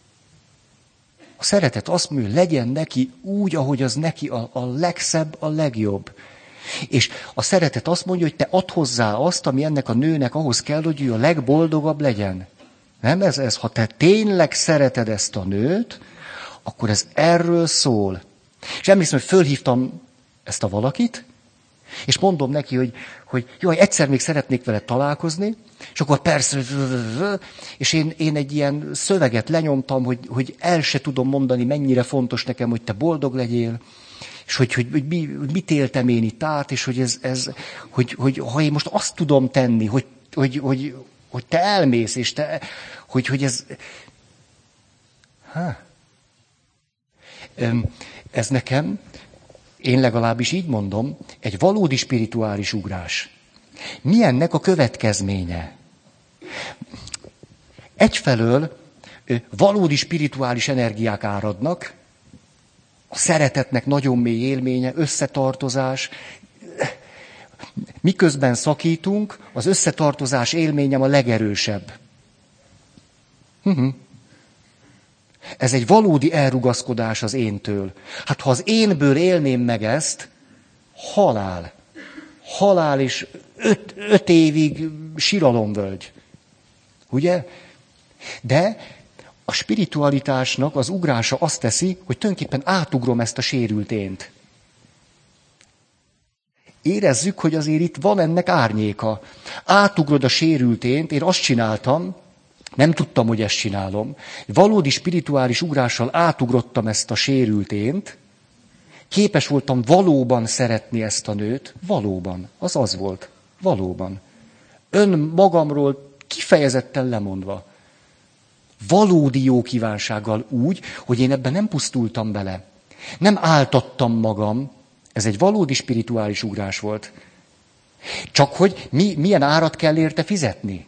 A: A szeretet azt mondja, hogy legyen neki úgy, ahogy az neki a, a legszebb, a legjobb. És a szeretet azt mondja, hogy te add hozzá azt, ami ennek a nőnek ahhoz kell, hogy ő a legboldogabb legyen. Nem ez, ez? Ha te tényleg szereted ezt a nőt, akkor ez erről szól. És emlékszem, hogy fölhívtam ezt a valakit, és mondom neki, hogy, hogy jaj, egyszer még szeretnék vele találkozni, és akkor persze, és én, én egy ilyen szöveget lenyomtam, hogy, hogy el se tudom mondani, mennyire fontos nekem, hogy te boldog legyél, és hogy, hogy, hogy, mi, hogy mit éltem én itt át, és hogy, ez, ez, hogy, hogy ha én most azt tudom tenni, hogy, hogy, hogy, hogy te elmész, és te, hogy, hogy ez... Ha. Ez nekem, én legalábbis így mondom, egy valódi spirituális ugrás. Mi ennek a következménye? Egyfelől valódi spirituális energiák áradnak, a szeretetnek nagyon mély élménye, összetartozás. Miközben szakítunk, az összetartozás élményem a legerősebb. Uh-huh. Ez egy valódi elrugaszkodás az éntől. Hát ha az énből élném meg ezt, halál. Halál és öt, öt évig siralomvölgy. Ugye? De a spiritualitásnak az ugrása azt teszi, hogy tulajdonképpen átugrom ezt a sérült ént. Érezzük, hogy azért itt van ennek árnyéka. Átugrod a sérült ént, én azt csináltam, nem tudtam, hogy ezt csinálom. Valódi spirituális ugrással átugrottam ezt a sérült ént, képes voltam valóban szeretni ezt a nőt, valóban, az az volt, valóban. Önmagamról kifejezetten lemondva. Valódi jó kívánsággal úgy, hogy én ebben nem pusztultam bele. Nem áltattam magam, ez egy valódi spirituális ugrás volt. Csak hogy mi, milyen árat kell érte fizetni?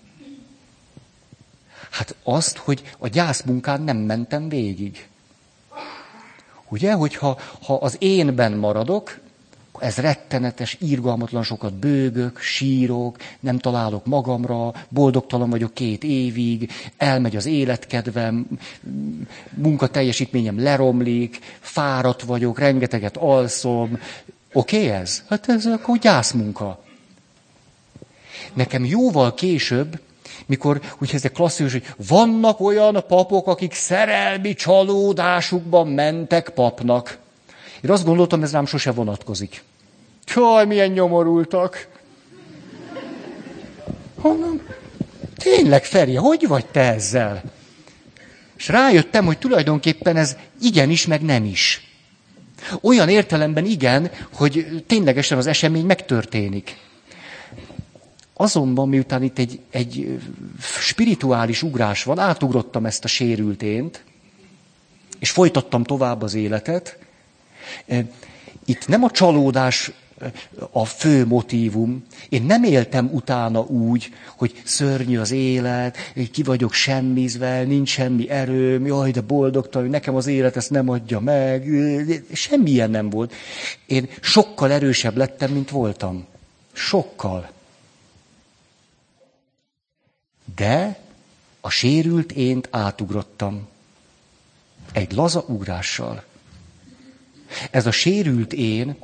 A: Hát azt, hogy a gyászmunkán nem mentem végig. Ugye, hogyha ha az énben maradok, ez rettenetes, irgalmatlan sokat bőgök, sírok, nem találok magamra, boldogtalan vagyok két évig, elmegy az életkedvem, munkateljesítményem leromlik, fáradt vagyok, rengeteget alszom. Oké okay ez? Hát ez akkor gyászmunka. Nekem jóval később, mikor úgy ez egy klasszikus, hogy vannak olyan papok, akik szerelmi csalódásukban mentek papnak. Én azt gondoltam, ez rám sose vonatkozik. Jaj, milyen nyomorultak. Hanem, tényleg, Feri, hogy vagy te ezzel? És rájöttem, hogy tulajdonképpen ez igenis, meg nem is. Olyan értelemben igen, hogy ténylegesen az esemény megtörténik. Azonban, miután itt egy, egy spirituális ugrás van, átugrottam ezt a sérült ént, és folytattam tovább az életet. Itt nem a csalódás a fő motívum. Én nem éltem utána úgy, hogy szörnyű az élet, ki vagyok semmizve, nincs semmi erőm, jaj, de boldogtalan, nekem az élet ezt nem adja meg. Semmilyen nem volt. Én sokkal erősebb lettem, mint voltam. Sokkal. De a sérült ént átugrottam. Egy laza ugrással. Ez a sérült én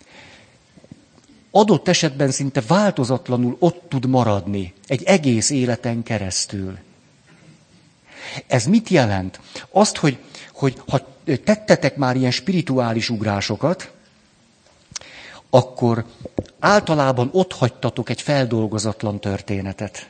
A: adott esetben szinte változatlanul ott tud maradni egy egész életen keresztül. Ez mit jelent? Azt, hogy, hogy ha tettetek már ilyen spirituális ugrásokat, akkor általában ott hagytatok egy feldolgozatlan történetet.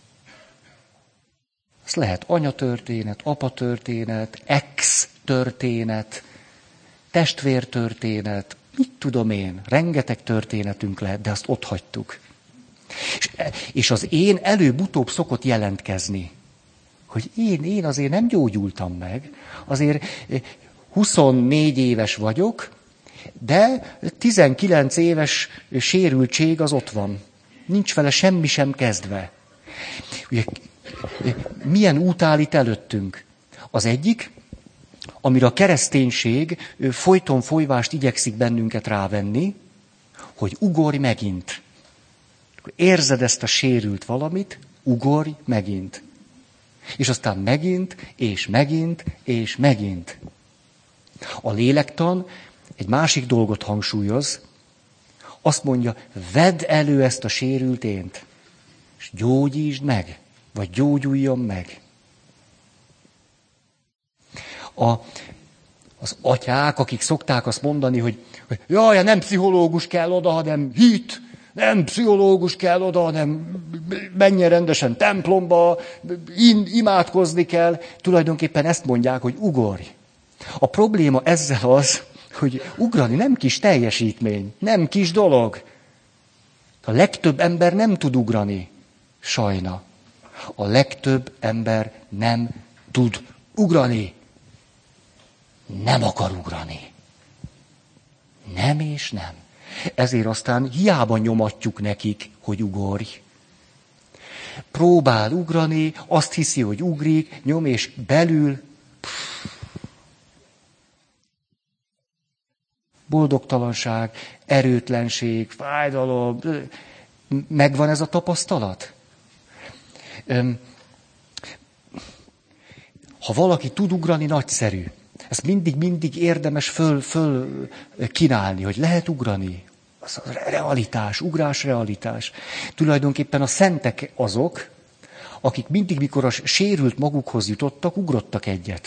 A: Ez lehet anyatörténet, apatörténet, ex-történet, testvértörténet, mit tudom én, rengeteg történetünk lehet, de azt ott hagytuk. És, és az én előbb-utóbb szokott jelentkezni, hogy én, én azért nem gyógyultam meg, azért huszonnégy éves vagyok, de tizenkilenc éves sérültség az ott van. Nincs vele semmi sem kezdve. Ugye, milyen út áll itt előttünk? Az egyik, amire a kereszténység folyton folyvást igyekszik bennünket rávenni, hogy ugorj megint. Érzed ezt a sérült valamit, ugorj megint. És aztán megint, és megint, és megint. A lélektan egy másik dolgot hangsúlyoz, azt mondja, vedd elő ezt a sérült ént, és gyógyítsd meg, vagy gyógyuljon meg. A, az atyák, akik szokták azt mondani, hogy, hogy jaj, nem pszichológus kell oda, hanem hit, nem pszichológus kell oda, hanem menjen rendesen templomba, in, imádkozni kell. Tulajdonképpen ezt mondják, hogy ugorj. A probléma ezzel az, hogy ugrani nem kis teljesítmény, nem kis dolog. A legtöbb ember nem tud ugrani. Sajna. A legtöbb ember nem tud ugrani. Nem akar ugrani. Nem és nem. Ezért aztán hiába nyomatjuk nekik, hogy ugorj. Próbál ugrani, azt hiszi, hogy ugrik, nyom és belül pff, boldogtalanság, erőtlenség, fájdalom. Megvan ez a tapasztalat? Ha valaki tud ugrani, nagyszerű. Ezt mindig-mindig érdemes föl, föl kínálni, hogy lehet ugrani. Az a realitás, ugrás realitás. Tulajdonképpen a szentek azok, akik mindig, mikor a sérült magukhoz jutottak, ugrottak egyet.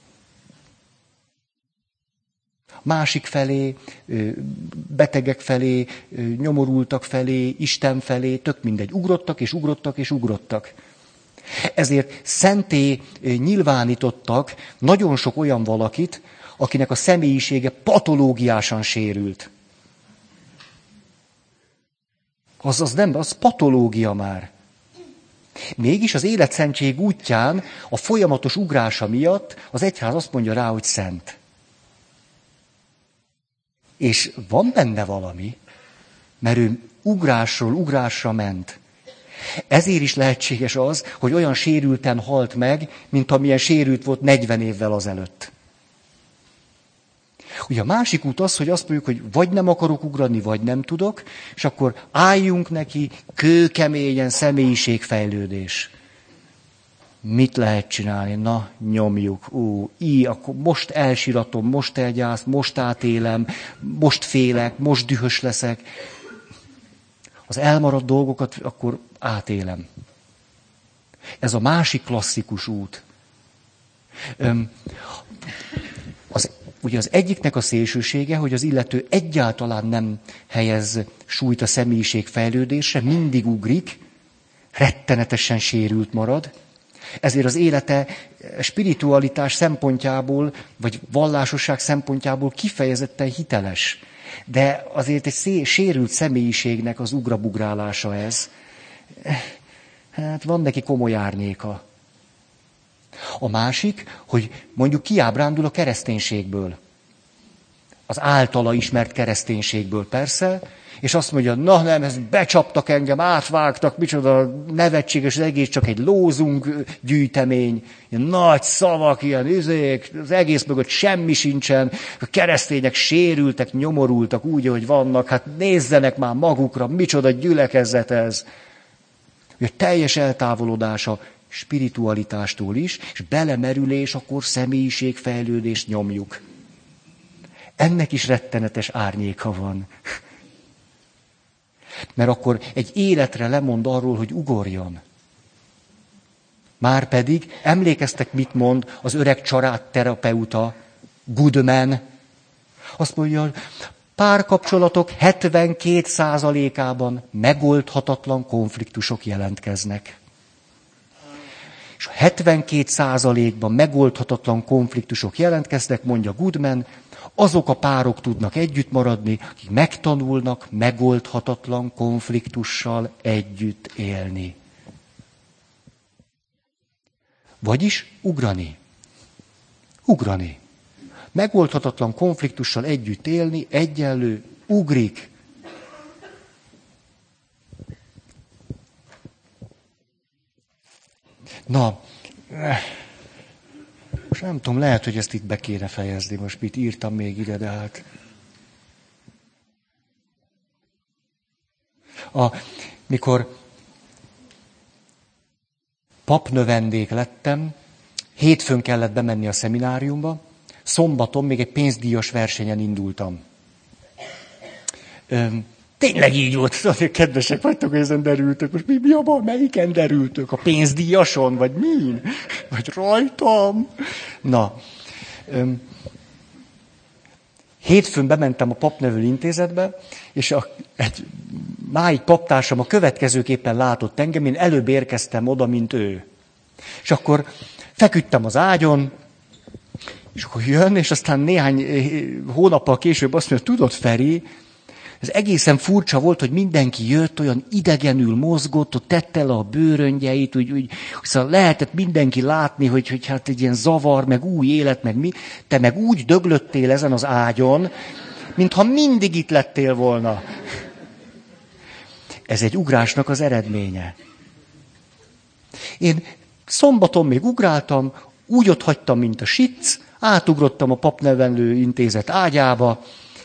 A: Másik felé, betegek felé, nyomorultak felé, Isten felé, tök mindegy. Ugrottak és ugrottak és ugrottak. Ezért szenté nyilvánítottak nagyon sok olyan valakit, akinek a személyisége patológiásan sérült. Az, az nem, az patológia már. Mégis az életszentség útján, a folyamatos ugrása miatt az egyház azt mondja rá, hogy szent. És van benne valami, mert ő ugrásról ugrásra ment. Ezért is lehetséges az, hogy olyan sérülten halt meg, mint amilyen sérült volt negyven évvel azelőtt. Ugye a másik út az, hogy azt mondjuk, hogy vagy nem akarok ugrani, vagy nem tudok, és akkor álljunk neki kőkeményen személyiségfejlődés. Mit lehet csinálni? Na, nyomjuk. Ú, í, akkor most elsiratom, most elgyász, most átélem, most félek, most dühös leszek. Az elmaradt dolgokat akkor átélem. Ez a másik klasszikus út. Az, ugye az egyiknek a szélsősége, hogy az illető egyáltalán nem helyez súlyt a személyiség fejlődésre, mindig ugrik, rettenetesen sérült marad, ezért az élete spiritualitás szempontjából, vagy vallásosság szempontjából kifejezetten hiteles. De azért egy szé- sérült személyiségnek az ugrabugrálása ez. Hát van neki komoly árnyéka. A másik, hogy mondjuk kiábrándul a kereszténységből. Az általa ismert kereszténységből persze, és azt mondja, na nem, ezt becsaptak engem, átvágtak, micsoda nevetséges, az egész csak egy lózung gyűjtemény, ilyen nagy szavak, ilyen üzék, az egész mögött semmi sincsen, a keresztények sérültek, nyomorultak úgy, ahogy vannak, hát nézzenek már magukra, micsoda gyülekezet ez. Ugye teljes eltávolodása spiritualitástól is, és belemerülés, akkor személyiségfejlődést nyomjuk. Ennek is rettenetes árnyéka van. Mert akkor egy életre lemond arról, hogy ugorjon. Márpedig, emlékeztek, mit mond az öreg családterapeuta, Goodman? Azt mondja, párkapcsolatok hetvenkét százalékában megoldhatatlan konfliktusok jelentkeznek. És a hetvenkét százalékban megoldhatatlan konfliktusok jelentkeznek, mondja Goodman, azok a párok tudnak együtt maradni, akik megtanulnak megoldhatatlan konfliktussal együtt élni. Vagyis ugrani. Ugrani. Megoldhatatlan konfliktussal együtt élni, egyenlő, ugrik. Na, most nem tudom, lehet, hogy ezt itt be kéne fejezni, most mit írtam még ide, de hát... A, mikor papnövendék lettem, hétfőn kellett bemenni a szemináriumba, szombaton még egy pénzdíjas versenyen indultam. Öm, tényleg így volt, kedvesek vagytok, hogy ezen derültök. Most mi, mi a baj, melyiken derültök? A pénzdíjason, vagy min? Vagy rajtam? Na, öm, hétfőn bementem a papnevelő intézetbe, és a, egy máig paptársam a következőképpen látott engem, én előbb érkeztem oda, mint ő. És akkor feküdtem az ágyon, és akkor jön, és aztán néhány hónappal később azt mondja, tudod, Feri, ez egészen furcsa volt, hogy mindenki jött, olyan idegenül mozgott, ott tette le a bőröngyeit, úgy, úgy, szóval lehetett mindenki látni, hogy, hogy hát egy ilyen zavar, meg új élet, meg mi. Te meg úgy döglöttél ezen az ágyon, mintha mindig itt lettél volna. Ez egy ugrásnak az eredménye. Én szombaton még ugráltam, úgy ott hagytam, mint a sic, átugrottam a papnevelő intézet ágyába,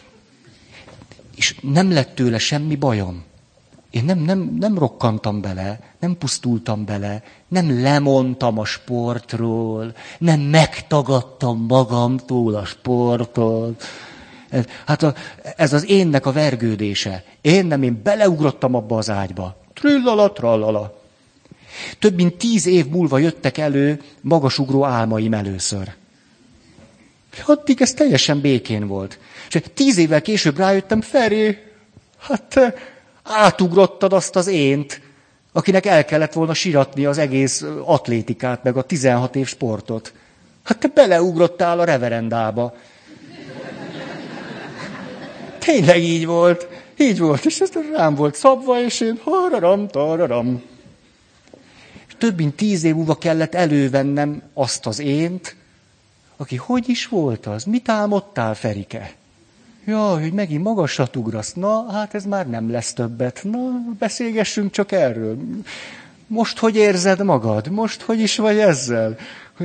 A: és nem lett tőle semmi bajom. Én nem, nem, nem rokkantam bele, nem pusztultam bele, nem lemondtam a sportról, nem megtagadtam magamtól a sportot. Hát a, ez az énnek a vergődése. Én nem, én beleugrottam abba az ágyba. Trillala, trallala. Több mint tíz év múlva jöttek elő magasugró álmaim először. Addig ez teljesen békén volt. És tíz évvel később rájöttem, Feri, hát te átugrottad azt az ént, akinek el kellett volna siratni az egész atlétikát, meg a tizenhat év sportot. Hát te beleugrottál a reverendába. Tényleg így volt. Így volt, és ez rám volt szabva, és én hararam, tararam. Több mint tíz év múlva kellett elővennem azt az ént, aki hogy is volt az? Mit álmodtál, Ferike? Jaj, hogy megint magasat ugrasz. Na, hát ez már nem lesz többet. Na, beszélgessünk csak erről. Most hogy érzed magad? Most hogy is vagy ezzel?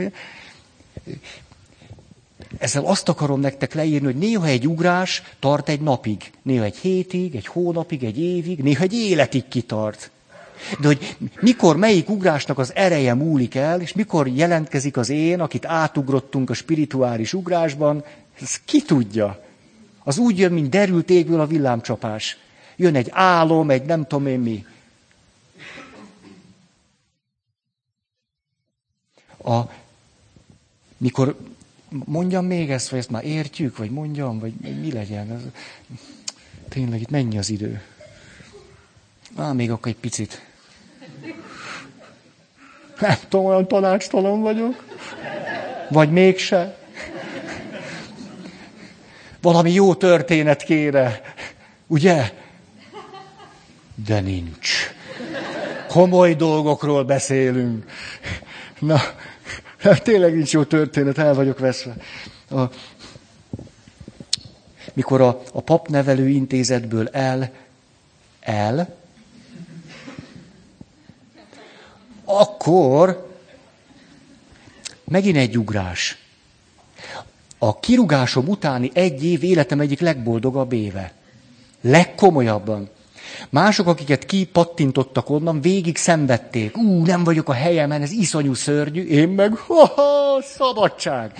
A: Ezzel azt akarom nektek leírni, hogy néha egy ugrás tart egy napig, néha egy hétig, egy hónapig, egy évig, néha egy életig kitart. De hogy mikor melyik ugrásnak az ereje múlik el, és mikor jelentkezik az én, akit átugrottunk a spirituális ugrásban, ez ki tudja. Az úgy jön, mint derült égből a villámcsapás. Jön egy álom, egy nem tudom én mi. A, mikor mondjam még ezt, vagy ezt már értjük, vagy mondjam, vagy mi legyen. Ez, tényleg itt mennyi az idő? Á, még akkor egy picit. Nem tudom, olyan tanácstalan vagyok. Vagy mégse. Valami jó történet kéne. Ugye? De nincs. Komoly dolgokról beszélünk. Na, tényleg nincs jó történet, el vagyok veszve. A, mikor a, a papnevelő intézetből el, el, akkor megint egy ugrás. A kirúgásom utáni egy év életem egyik legboldogabb éve. Legkomolyabban. Mások, akiket kipattintottak onnan, végig szenvedték. Ú, nem vagyok a helyemen, ez iszonyú szörnyű. Én meg, ha-ha, szabadság.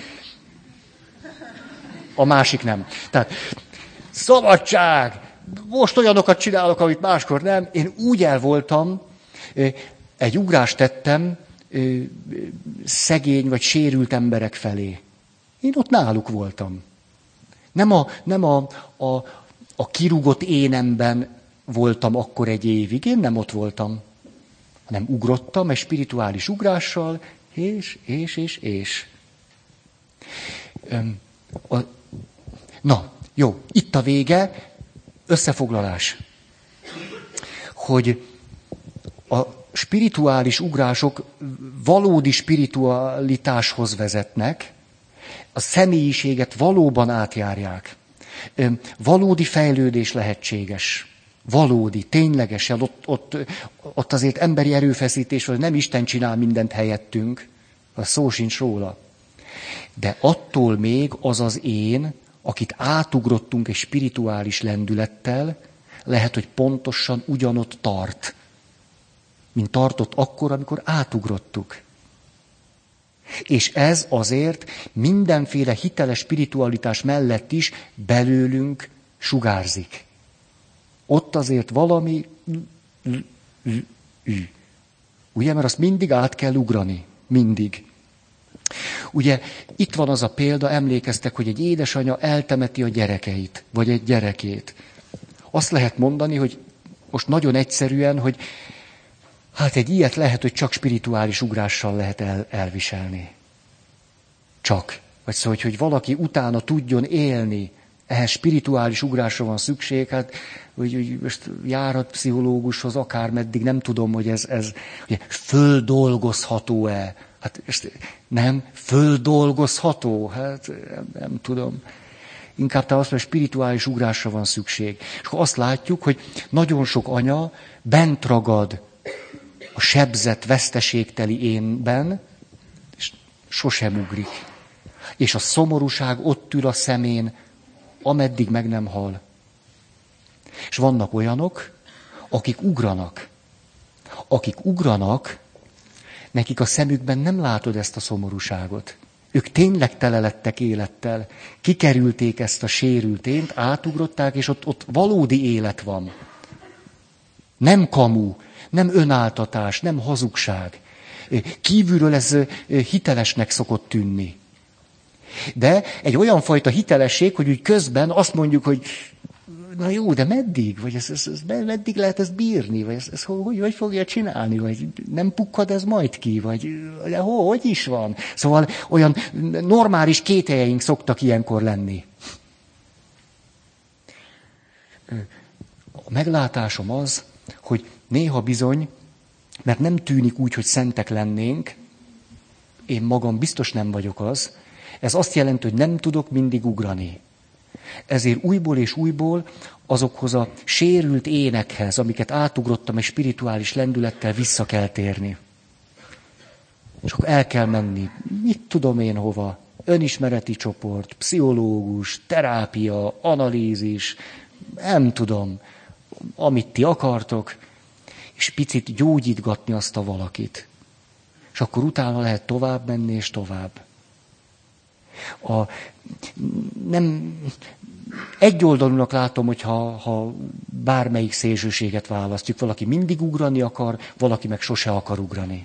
A: A másik nem. Tehát, szabadság. Most olyanokat csinálok, amit máskor nem. Én úgy el voltam, egy ugrást tettem szegény vagy sérült emberek felé. Én ott náluk voltam. Nem a, nem a, a, a kirúgott énemben voltam akkor egy évig, én nem ott voltam, hanem ugrottam egy spirituális ugrással, és, és, és, és. A, na, jó, itt a vége, összefoglalás. Hogy a spirituális ugrások valódi spiritualitáshoz vezetnek, a személyiséget valóban átjárják. Valódi fejlődés lehetséges. Valódi, ténylegesen, ott, ott, ott azért emberi erőfeszítés, vagy nem Isten csinál mindent helyettünk, a szó sincs róla. De attól még az az én, akit átugrottunk egy spirituális lendülettel, lehet, hogy pontosan ugyanott tart, mint tartott akkor, amikor átugrottuk. És ez azért mindenféle hiteles spiritualitás mellett is belőlünk sugárzik. Ott azért valami... Ugye, mert azt mindig át kell ugrani. Mindig. Ugye, itt van az a példa, emlékeztek, hogy egy édesanya eltemeti a gyerekeit, vagy egy gyerekét. Azt lehet mondani, hogy most nagyon egyszerűen, hogy hát egy ilyet lehet, hogy csak spirituális ugrással lehet el, elviselni. Csak. Vagy szóval, hogy, hogy valaki utána tudjon élni, ehhez spirituális ugrásra van szükség, hát hogy, hogy most járhat pszichológushoz akármeddig, nem tudom, hogy ez, ez ugye, földolgozható-e. Hát nem, földolgozható, hát nem, nem tudom. Inkább te azt mondja, spirituális ugrásra van szükség. És akkor azt látjuk, hogy nagyon sok anya bent ragad a sebzett, veszteségteli énben, és sosem ugrik. És a szomorúság ott ül a szemén, ameddig meg nem hal. És vannak olyanok, akik ugranak. Akik ugranak, nekik a szemükben nem látod ezt a szomorúságot. Ők tényleg tele lettek élettel. Kikerülték ezt a sérült ént, átugrották, és ott, ott valódi élet van. Nem kamu, nem önáltatás, nem hazugság. Kívülről ez hitelesnek szokott tűnni. De egy olyan fajta hitelesség, hogy úgy közben azt mondjuk, hogy na jó, de meddig? Vagy ez, ez, ez, meddig lehet ezt bírni? Vagy ez, ez hogy, hogy fogja csinálni? Vagy nem pukkad ez majd ki? Vagy de hogy is van? Szóval olyan normális kételjeink szoktak ilyenkor lenni. A meglátásom az, hogy néha bizony, mert nem tűnik úgy, hogy szentek lennénk, én magam biztos nem vagyok az, ez azt jelenti, hogy nem tudok mindig ugrani. Ezért újból és újból azokhoz a sérült énekhez, amiket átugrottam egy spirituális lendülettel, vissza kell térni. És akkor el kell menni, mit tudom én hova, önismereti csoport, pszichológus, terápia, analízis, nem tudom, amit ti akartok, és picit gyógyítgatni azt a valakit. És akkor utána lehet tovább menni, és tovább. A, nem, egyoldalúnak látom, hogyha ha bármelyik szélsőséget választjuk. Valaki mindig ugrani akar, valaki meg sose akar ugrani.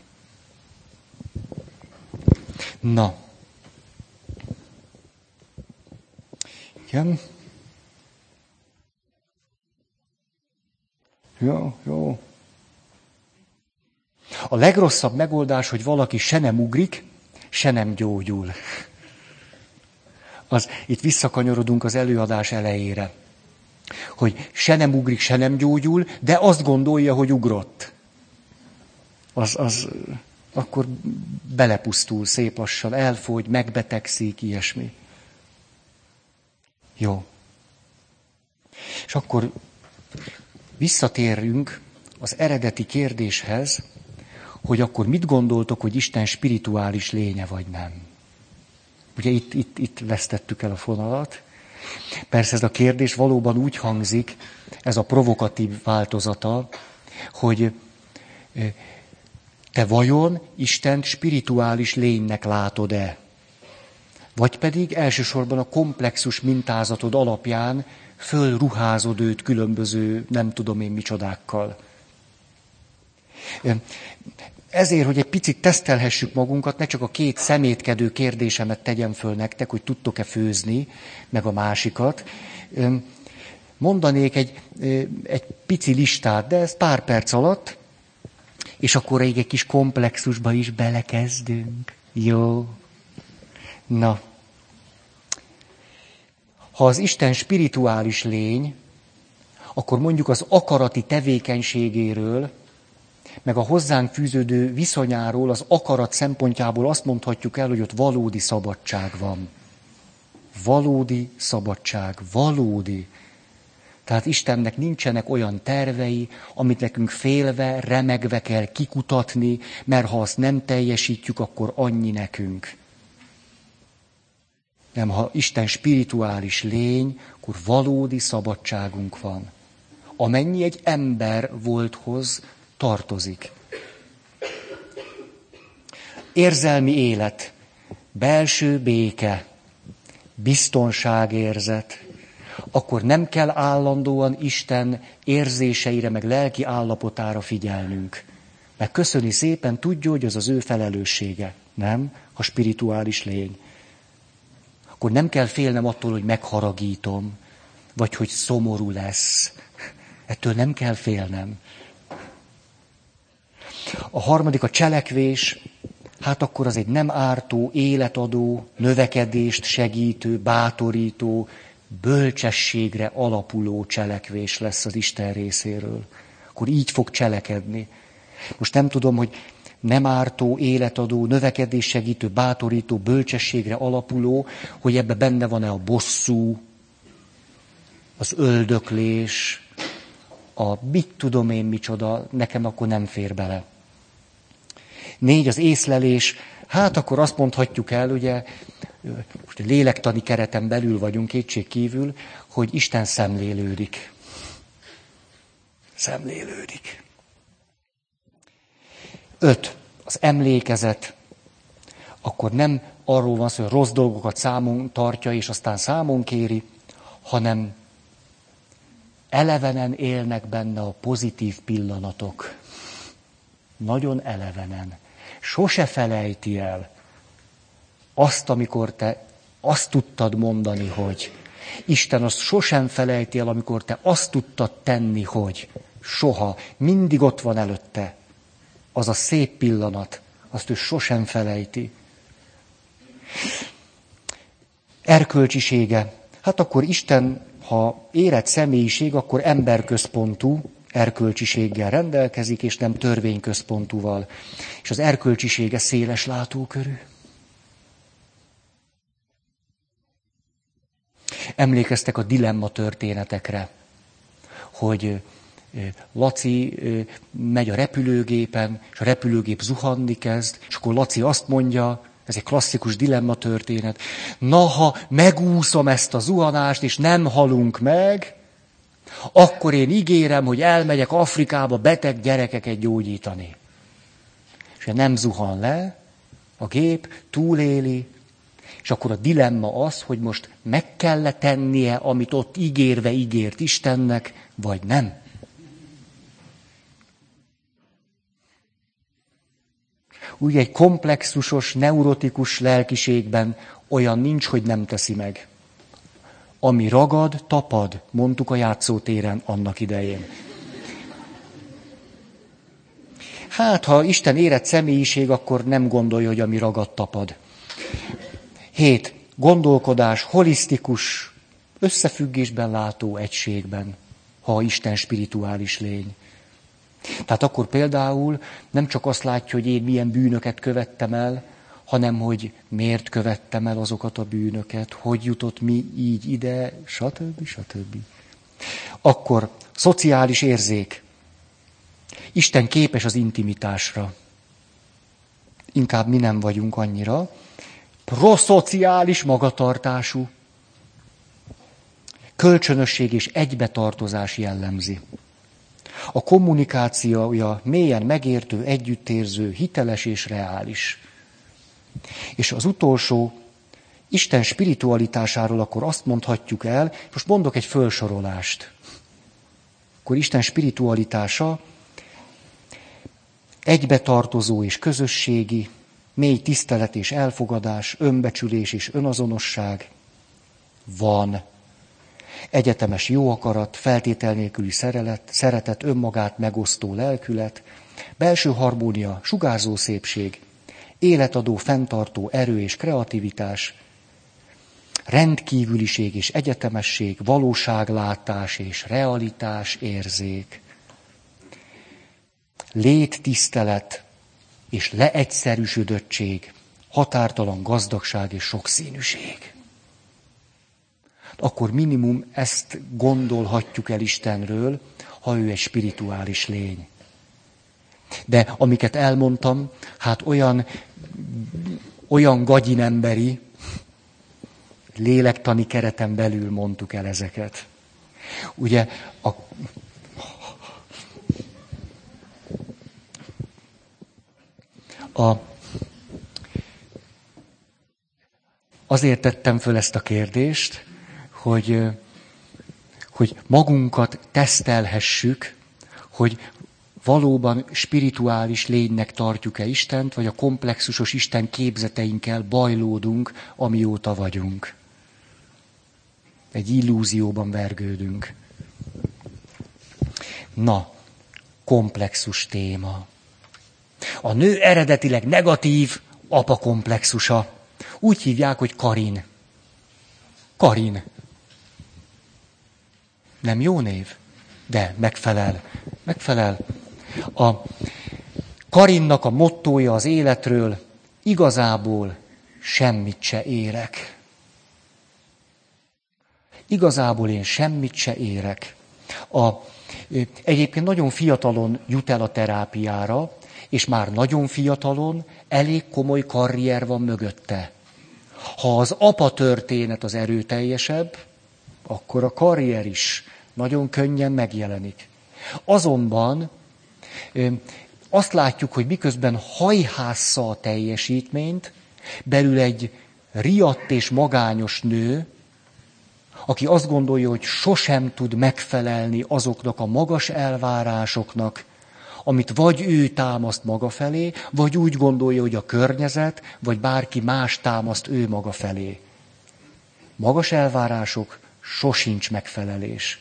A: Na. Igen. Jó, jó. A legrosszabb megoldás, hogy valaki se nem ugrik, se nem gyógyul. Az, itt visszakanyarodunk az előadás elejére. Hogy se nem ugrik, se nem gyógyul, de azt gondolja, hogy ugrott. Az, az akkor belepusztul szép lassan, elfogy, megbetegszik, ilyesmi. Jó. És akkor visszatérünk az eredeti kérdéshez, hogy akkor mit gondoltok, hogy Isten spirituális lénye vagy nem. Ugye itt, itt, itt vesztettük el a fonalat. Persze ez a kérdés valóban úgy hangzik, ez a provokatív változata, hogy te vajon Istent spirituális lénynek látod-e? Vagy pedig elsősorban a komplexus mintázatod alapján fölruházod őt különböző nem tudom én micsodákkal. Ezért, hogy egy picit tesztelhessük magunkat, ne csak a két szemétkedő kérdésemet tegyem föl nektek, hogy tudtok-e főzni, meg a másikat. Mondanék egy, egy pici listát, de ez pár perc alatt, és akkor egy kis komplexusba is belekezdünk. Jó? Na. Ha az Isten spirituális lény, akkor mondjuk az akarati tevékenységéről, meg a hozzánk fűződő viszonyáról, az akarat szempontjából azt mondhatjuk el, hogy ott valódi szabadság van. Valódi szabadság, valódi. Tehát Istennek nincsenek olyan tervei, amit nekünk félve, remegve kell kikutatni, mert ha azt nem teljesítjük, akkor annyi nekünk. Nem, ha Isten spirituális lény, akkor valódi szabadságunk van. Amennyi egy ember volthoz tartozik. Érzelmi élet, belső béke, biztonságérzet, akkor nem kell állandóan Isten érzéseire, meg lelki állapotára figyelnünk. Meg köszöni szépen, tudja, hogy az az ő felelőssége, nem? Ha spirituális lény. Akkor nem kell félnem attól, hogy megharagítom, vagy hogy szomorú lesz. Ettől nem kell félnem. A harmadik a cselekvés, hát akkor az egy nem ártó, életadó, növekedést segítő, bátorító, bölcsességre alapuló cselekvés lesz az Isten részéről. Akkor így fog cselekedni. Most nem tudom, hogy nem ártó, életadó, növekedés segítő, bátorító, bölcsességre alapuló, hogy ebbe benne van-e a bosszú, az öldöklés, a mit tudom én micsoda, nekem akkor nem fér bele. Négy, az észlelés. Hát akkor azt mondhatjuk el, ugye, most a lélektani kereten belül vagyunk kétség kívül, hogy Isten szemlélődik. Szemlélődik. Öt, az emlékezet. Akkor nem arról van szó, hogy rossz dolgokat számon tartja, és aztán számon kéri, hanem elevenen élnek benne a pozitív pillanatok. Nagyon elevenen. Sose felejti el azt, amikor te azt tudtad mondani, hogy Isten azt sosem felejti el, amikor te azt tudtad tenni, hogy soha, mindig ott van előtte. Az a szép pillanat, azt ő sosem felejti. Erkölcsisége. Hát akkor Isten, ha érett személyiség, akkor emberközpontú erkölcsiséggel rendelkezik, és nem törvényközpontúval. És az erkölcsisége széles látókörű. Emlékeztek a dilemma történetekre, hogy Laci megy a repülőgépen, és a repülőgép zuhanni kezd, és akkor Laci azt mondja, ez egy klasszikus dilemma történet, na, ha megúszom ezt a zuhanást, és nem halunk meg, akkor én ígérem, hogy elmegyek Afrikába beteg gyerekeket gyógyítani. És nem zuhan le, a gép túléli, és akkor a dilemma az, hogy most meg kell tennie, amit ott ígérve ígért Istennek, vagy nem. Úgy egy komplexusos, neurotikus lelkiségben olyan nincs, hogy nem teszi meg. Ami ragad, tapad, mondtuk a játszótéren annak idején. Hát, ha Isten érett személyiség, akkor nem gondolja, hogy ami ragad, tapad. Hét. Gondolkodás, holisztikus, összefüggésben látó egységben, ha Isten spirituális lény. Tehát akkor például nem csak azt látja, hogy én milyen bűnöket követtem el, hanem hogy miért követtem el azokat a bűnöket, hogy jutott mi így ide, stb. stb. Akkor szociális érzék. Isten képes az intimitásra. Inkább mi nem vagyunk annyira. Proszociális magatartású. Kölcsönösség és egybetartozás jellemzi. A kommunikációja mélyen megértő, együttérző, hiteles és reális. És az utolsó, Isten spiritualitásáról akkor azt mondhatjuk el, most mondok egy fölsorolást. Akkor Isten spiritualitása egybetartozó és közösségi, mély tisztelet és elfogadás, önbecsülés és önazonosság van. Egyetemes jó akarat, feltétel nélküli szerelet, szeretet, önmagát megosztó lelkület, belső harmónia, sugárzó szépség, életadó, fenntartó erő és kreativitás, rendkívüliség és egyetemesség, valóságlátás és realitás érzék, léttisztelet és leegyszerűsödöttség, határtalan gazdagság és sokszínűség. Akkor minimum ezt gondolhatjuk el Istenről, ha ő egy spirituális lény. De amiket elmondtam, hát olyan, olyan gagyinemberi, lélektani kereten belül mondtuk el ezeket. Ugye a... a azért tettem föl ezt a kérdést, hogy, hogy magunkat tesztelhessük, hogy valóban spirituális lénynek tartjuk-e Istent, vagy a komplexusos Isten képzeteinkkel bajlódunk, amióta vagyunk. Egy illúzióban vergődünk. Na, komplexus téma. A nő eredetileg negatív apa komplexusa. Úgy hívják, hogy Karin. Karin. Nem jó név? De megfelel. Megfelel. A Karinnak a mottója az életről, igazából semmit se érek. Igazából én semmit se érek. A, egyébként nagyon fiatalon jut el a terápiára, és már nagyon fiatalon elég komoly karrier van mögötte. Ha az apa történet az erőteljesebb, akkor a karrier is nagyon könnyen megjelenik. Azonban azt látjuk, hogy miközben hajhásza a teljesítményt, belül egy riadt és magányos nő, aki azt gondolja, hogy sosem tud megfelelni azoknak a magas elvárásoknak, amit vagy ő támaszt maga felé, vagy úgy gondolja, hogy a környezet, vagy bárki más támaszt ő maga felé. Magas elvárások, sosincs megfelelés.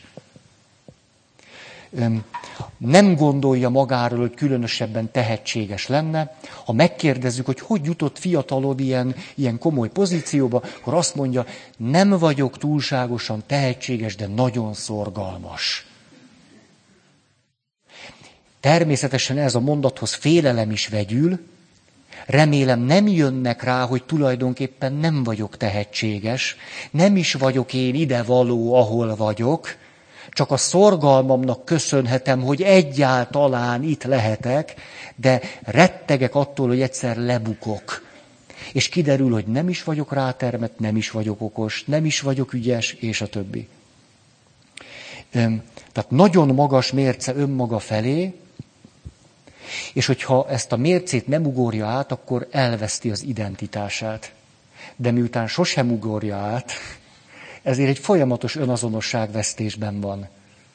A: Nem gondolja magáról, hogy különösebben tehetséges lenne. Ha megkérdezzük, hogy hogy jutott fiatalod ilyen, ilyen komoly pozícióba, akkor azt mondja, nem vagyok túlságosan tehetséges, de nagyon szorgalmas. Természetesen ez a mondathoz félelem is vegyül, remélem nem jönnek rá, hogy tulajdonképpen nem vagyok tehetséges, nem is vagyok én ide való, ahol vagyok, csak a szorgalmamnak köszönhetem, hogy egyáltalán itt lehetek, de rettegek attól, hogy egyszer lebukok. És kiderül, hogy nem is vagyok rátermett, nem is vagyok okos, nem is vagyok ügyes, és a többi. Tehát nagyon magas mérce önmaga felé, és hogyha ezt a mércét nem ugorja át, akkor elveszti az identitását. De miután sosem ugorja át, ezért egy folyamatos önazonosságvesztésben van.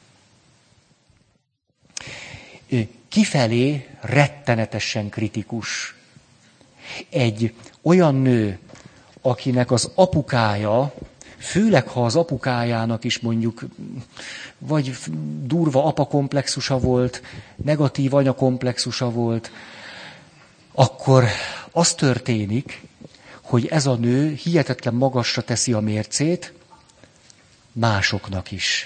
A: Kifelé rettenetesen kritikus. Egy olyan nő, akinek az apukája, főleg ha az apukájának is mondjuk vagy durva apakomplexusa volt, negatív anyakomplexusa volt, akkor az történik, hogy ez a nő hihetetlen magasra teszi a mércét másoknak is.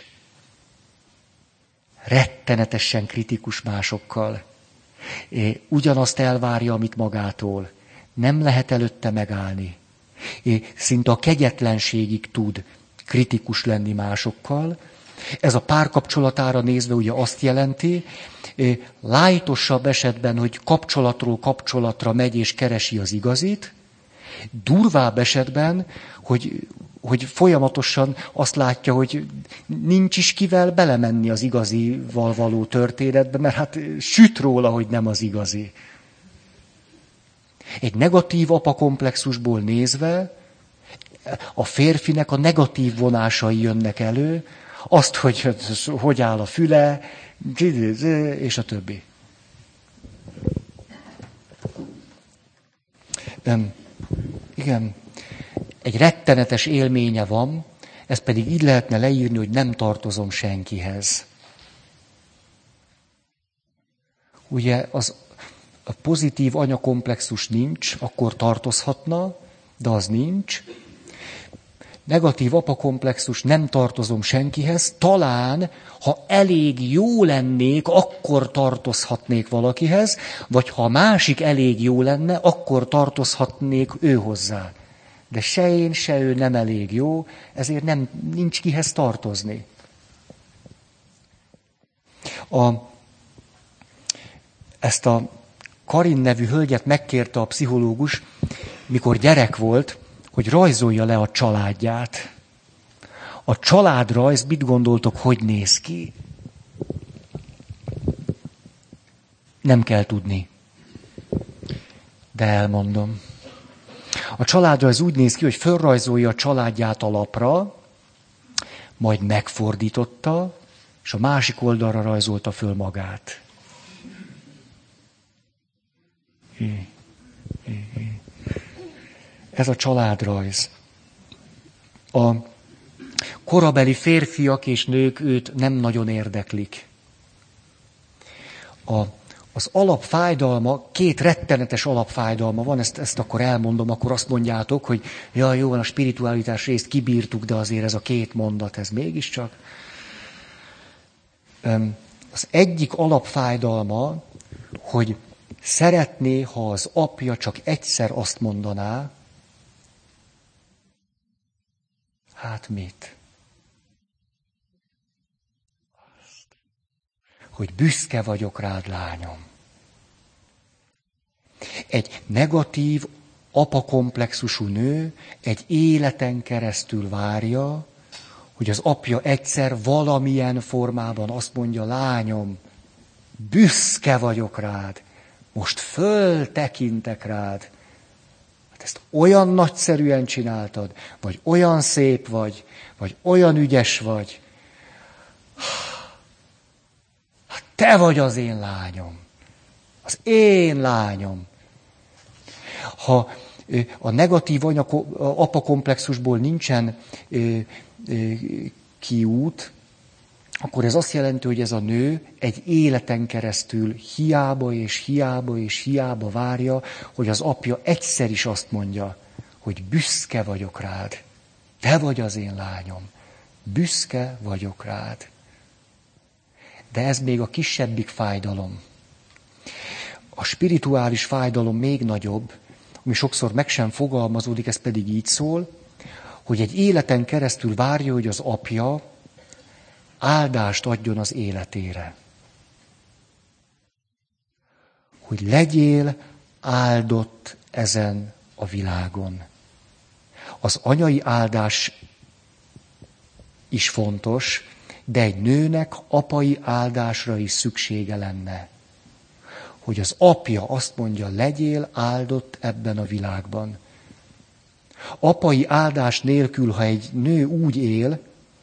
A: Rettenetesen kritikus másokkal. Ugyanazt elvárja, amit magától. Nem lehet előtte megállni. Szinte a kegyetlenségig tud kritikus lenni másokkal. Ez a párkapcsolatára nézve ugye azt jelenti, lájtosabb esetben, hogy kapcsolatról kapcsolatra megy és keresi az igazit, durvább esetben, hogy, hogy folyamatosan azt látja, hogy nincs is kivel belemenni az igazival való történetbe, mert hát süt róla, hogy nem az igazi. Egy negatív apakomplexusból nézve a férfinek a negatív vonásai jönnek elő, azt, hogy hogy áll a füle, és a többi. Igen, egy rettenetes élménye van, ezt pedig így lehetne leírni, hogy nem tartozom senkihez. Ugye az a pozitív anyakomplexus nincs, akkor tartozhatna, de az nincs. Negatív apakomplexus, nem tartozom senkihez, talán, ha elég jó lennék, akkor tartozhatnék valakihez, vagy ha a másik elég jó lenne, akkor tartozhatnék ő hozzá. De se én, se ő nem elég jó, ezért nem, nincs kihez tartozni. A, ezt a Karin nevű hölgyet megkérte a pszichológus, mikor gyerek volt, hogy rajzolja le a családját. A családrajz, mit gondoltok, hogy néz ki? Nem kell tudni. De elmondom. A családrajz úgy néz ki, hogy fölrajzolja a családját a lapra, majd megfordította, és a másik oldalra rajzolta föl magát. Ez a családrajz. A korabeli férfiak és nők őt nem nagyon érdeklik. A, az alapfájdalma, két rettenetes alapfájdalma van, ezt, ezt akkor elmondom, akkor azt mondjátok, hogy jaj, jó van, a spiritualitás részt kibírtuk, de azért ez a két mondat, ez mégiscsak. Az egyik alapfájdalma, hogy szeretné, ha az apja csak egyszer azt mondaná, hát mit? Azt, hogy büszke vagyok rád, lányom. Egy negatív, apakomplexusú nő egy életen keresztül várja, hogy az apja egyszer valamilyen formában azt mondja, lányom, büszke vagyok rád, most föltekintek rád. Hát ezt olyan nagyszerűen csináltad, vagy olyan szép vagy, vagy olyan ügyes vagy. Hát te vagy az én lányom. Az én lányom. Ha a negatív apakomplexusból nincsen kiút, akkor ez azt jelenti, hogy ez a nő egy életen keresztül hiába és hiába és hiába várja, hogy az apja egyszer is azt mondja, hogy büszke vagyok rád. Te vagy az én lányom. Büszke vagyok rád. De ez még a kisebbik fájdalom. A spirituális fájdalom még nagyobb, ami sokszor meg sem fogalmazódik, ez pedig így szól, hogy egy életen keresztül várja, hogy az apja áldást adjon az életére. Hogy legyél áldott ezen a világon. Az anyai áldás is fontos, de egy nőnek apai áldásra is szüksége lenne. Hogy az apja azt mondja, legyél áldott ebben a világban. Apai áldás nélkül, ha egy nő úgy él,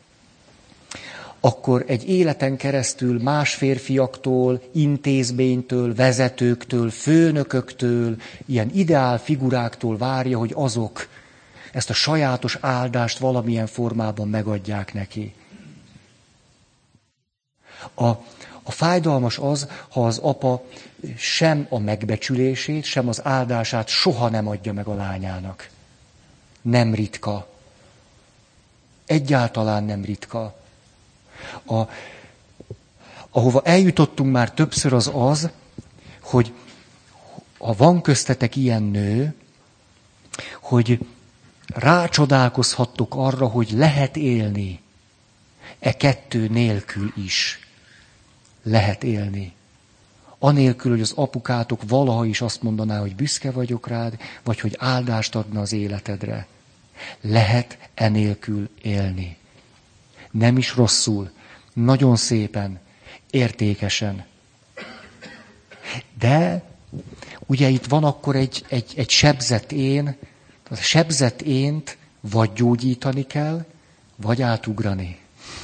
A: akkor egy életen keresztül más férfiaktól, intézménytől, vezetőktől, főnököktől, ilyen ideál figuráktól várja, hogy azok ezt a sajátos áldást valamilyen formában megadják neki. A, a fájdalmas az, ha az apa sem a megbecsülését, sem az áldását soha nem adja meg a lányának. Nem ritka. Egyáltalán nem ritka. A, ahova eljutottunk már többször az az, hogy ha van köztetek ilyen nő, hogy rácsodálkozhattok arra, hogy lehet élni. E kettő nélkül is lehet élni. Anélkül, hogy az apukátok valaha is azt mondaná, hogy büszke vagyok rád, vagy hogy áldást adna az életedre. Lehet enélkül élni. Nem is rosszul, nagyon szépen, értékesen. De ugye itt van akkor egy, egy, egy sebzett én, a sebzett ént vagy gyógyítani kell, vagy átugrani.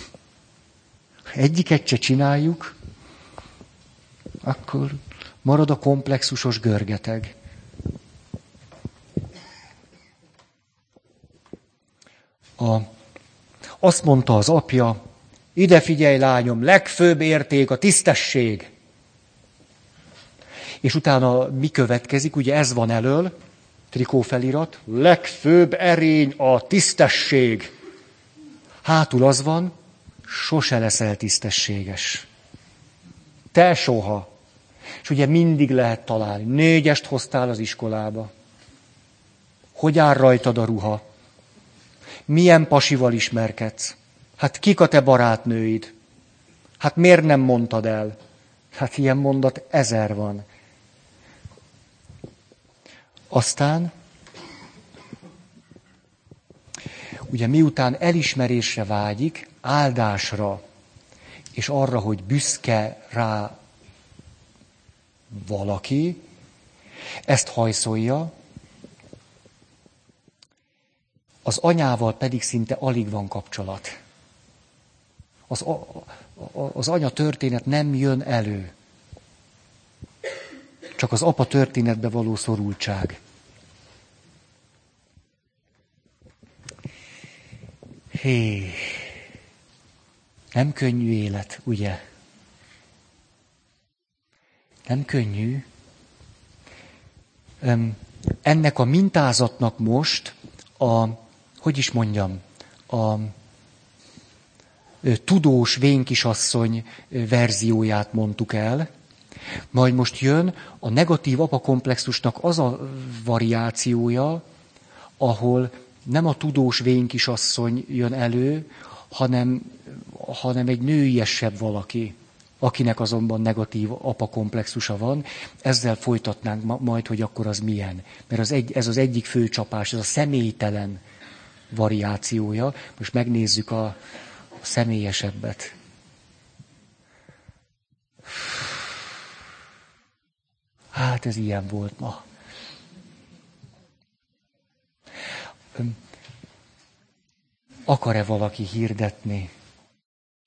A: Egyiket se csináljuk, akkor marad a komplexusos görgeteg. A, azt mondta az apja, ide figyelj lányom, legfőbb érték a tisztesség. És utána mi következik, ugye ez van elől, trikófelirat, legfőbb erény a tisztesség. Hátul az van, sose leszel tisztességes. Te soha. És ugye mindig lehet találni. Négyest hoztál az iskolába. Hogy áll rajtad a ruha? Milyen pasival ismerkedsz? Hát kik a te barátnőid? Hát miért nem mondtad el? Hát ilyen mondat ezer van. Aztán, ugye miután elismerésre vágyik, áldásra, és arra, hogy büszke rá valaki, ezt hajszolja, az anyával pedig szinte alig van kapcsolat. Az, a, az anya történet nem jön elő. Csak az apa történetbe való szorultság. Hé, nem könnyű élet, ugye? Nem könnyű. Ennek a mintázatnak most a, hogy is mondjam, a tudós vénkisasszony verzióját mondtuk el, majd most jön a negatív apakomplexusnak az a variációja, ahol nem a tudós vénkisasszony jön elő, hanem, hanem egy nőiesebb valaki, akinek azonban negatív apakomplexusa van. Ezzel folytatnánk majd, hogy akkor az milyen. Mert az egy, ez az egyik fő csapás, ez a személytelen variációja. Most megnézzük a, a személyesebbet. Hát ez ilyen volt ma. Akar-e valaki hirdetni?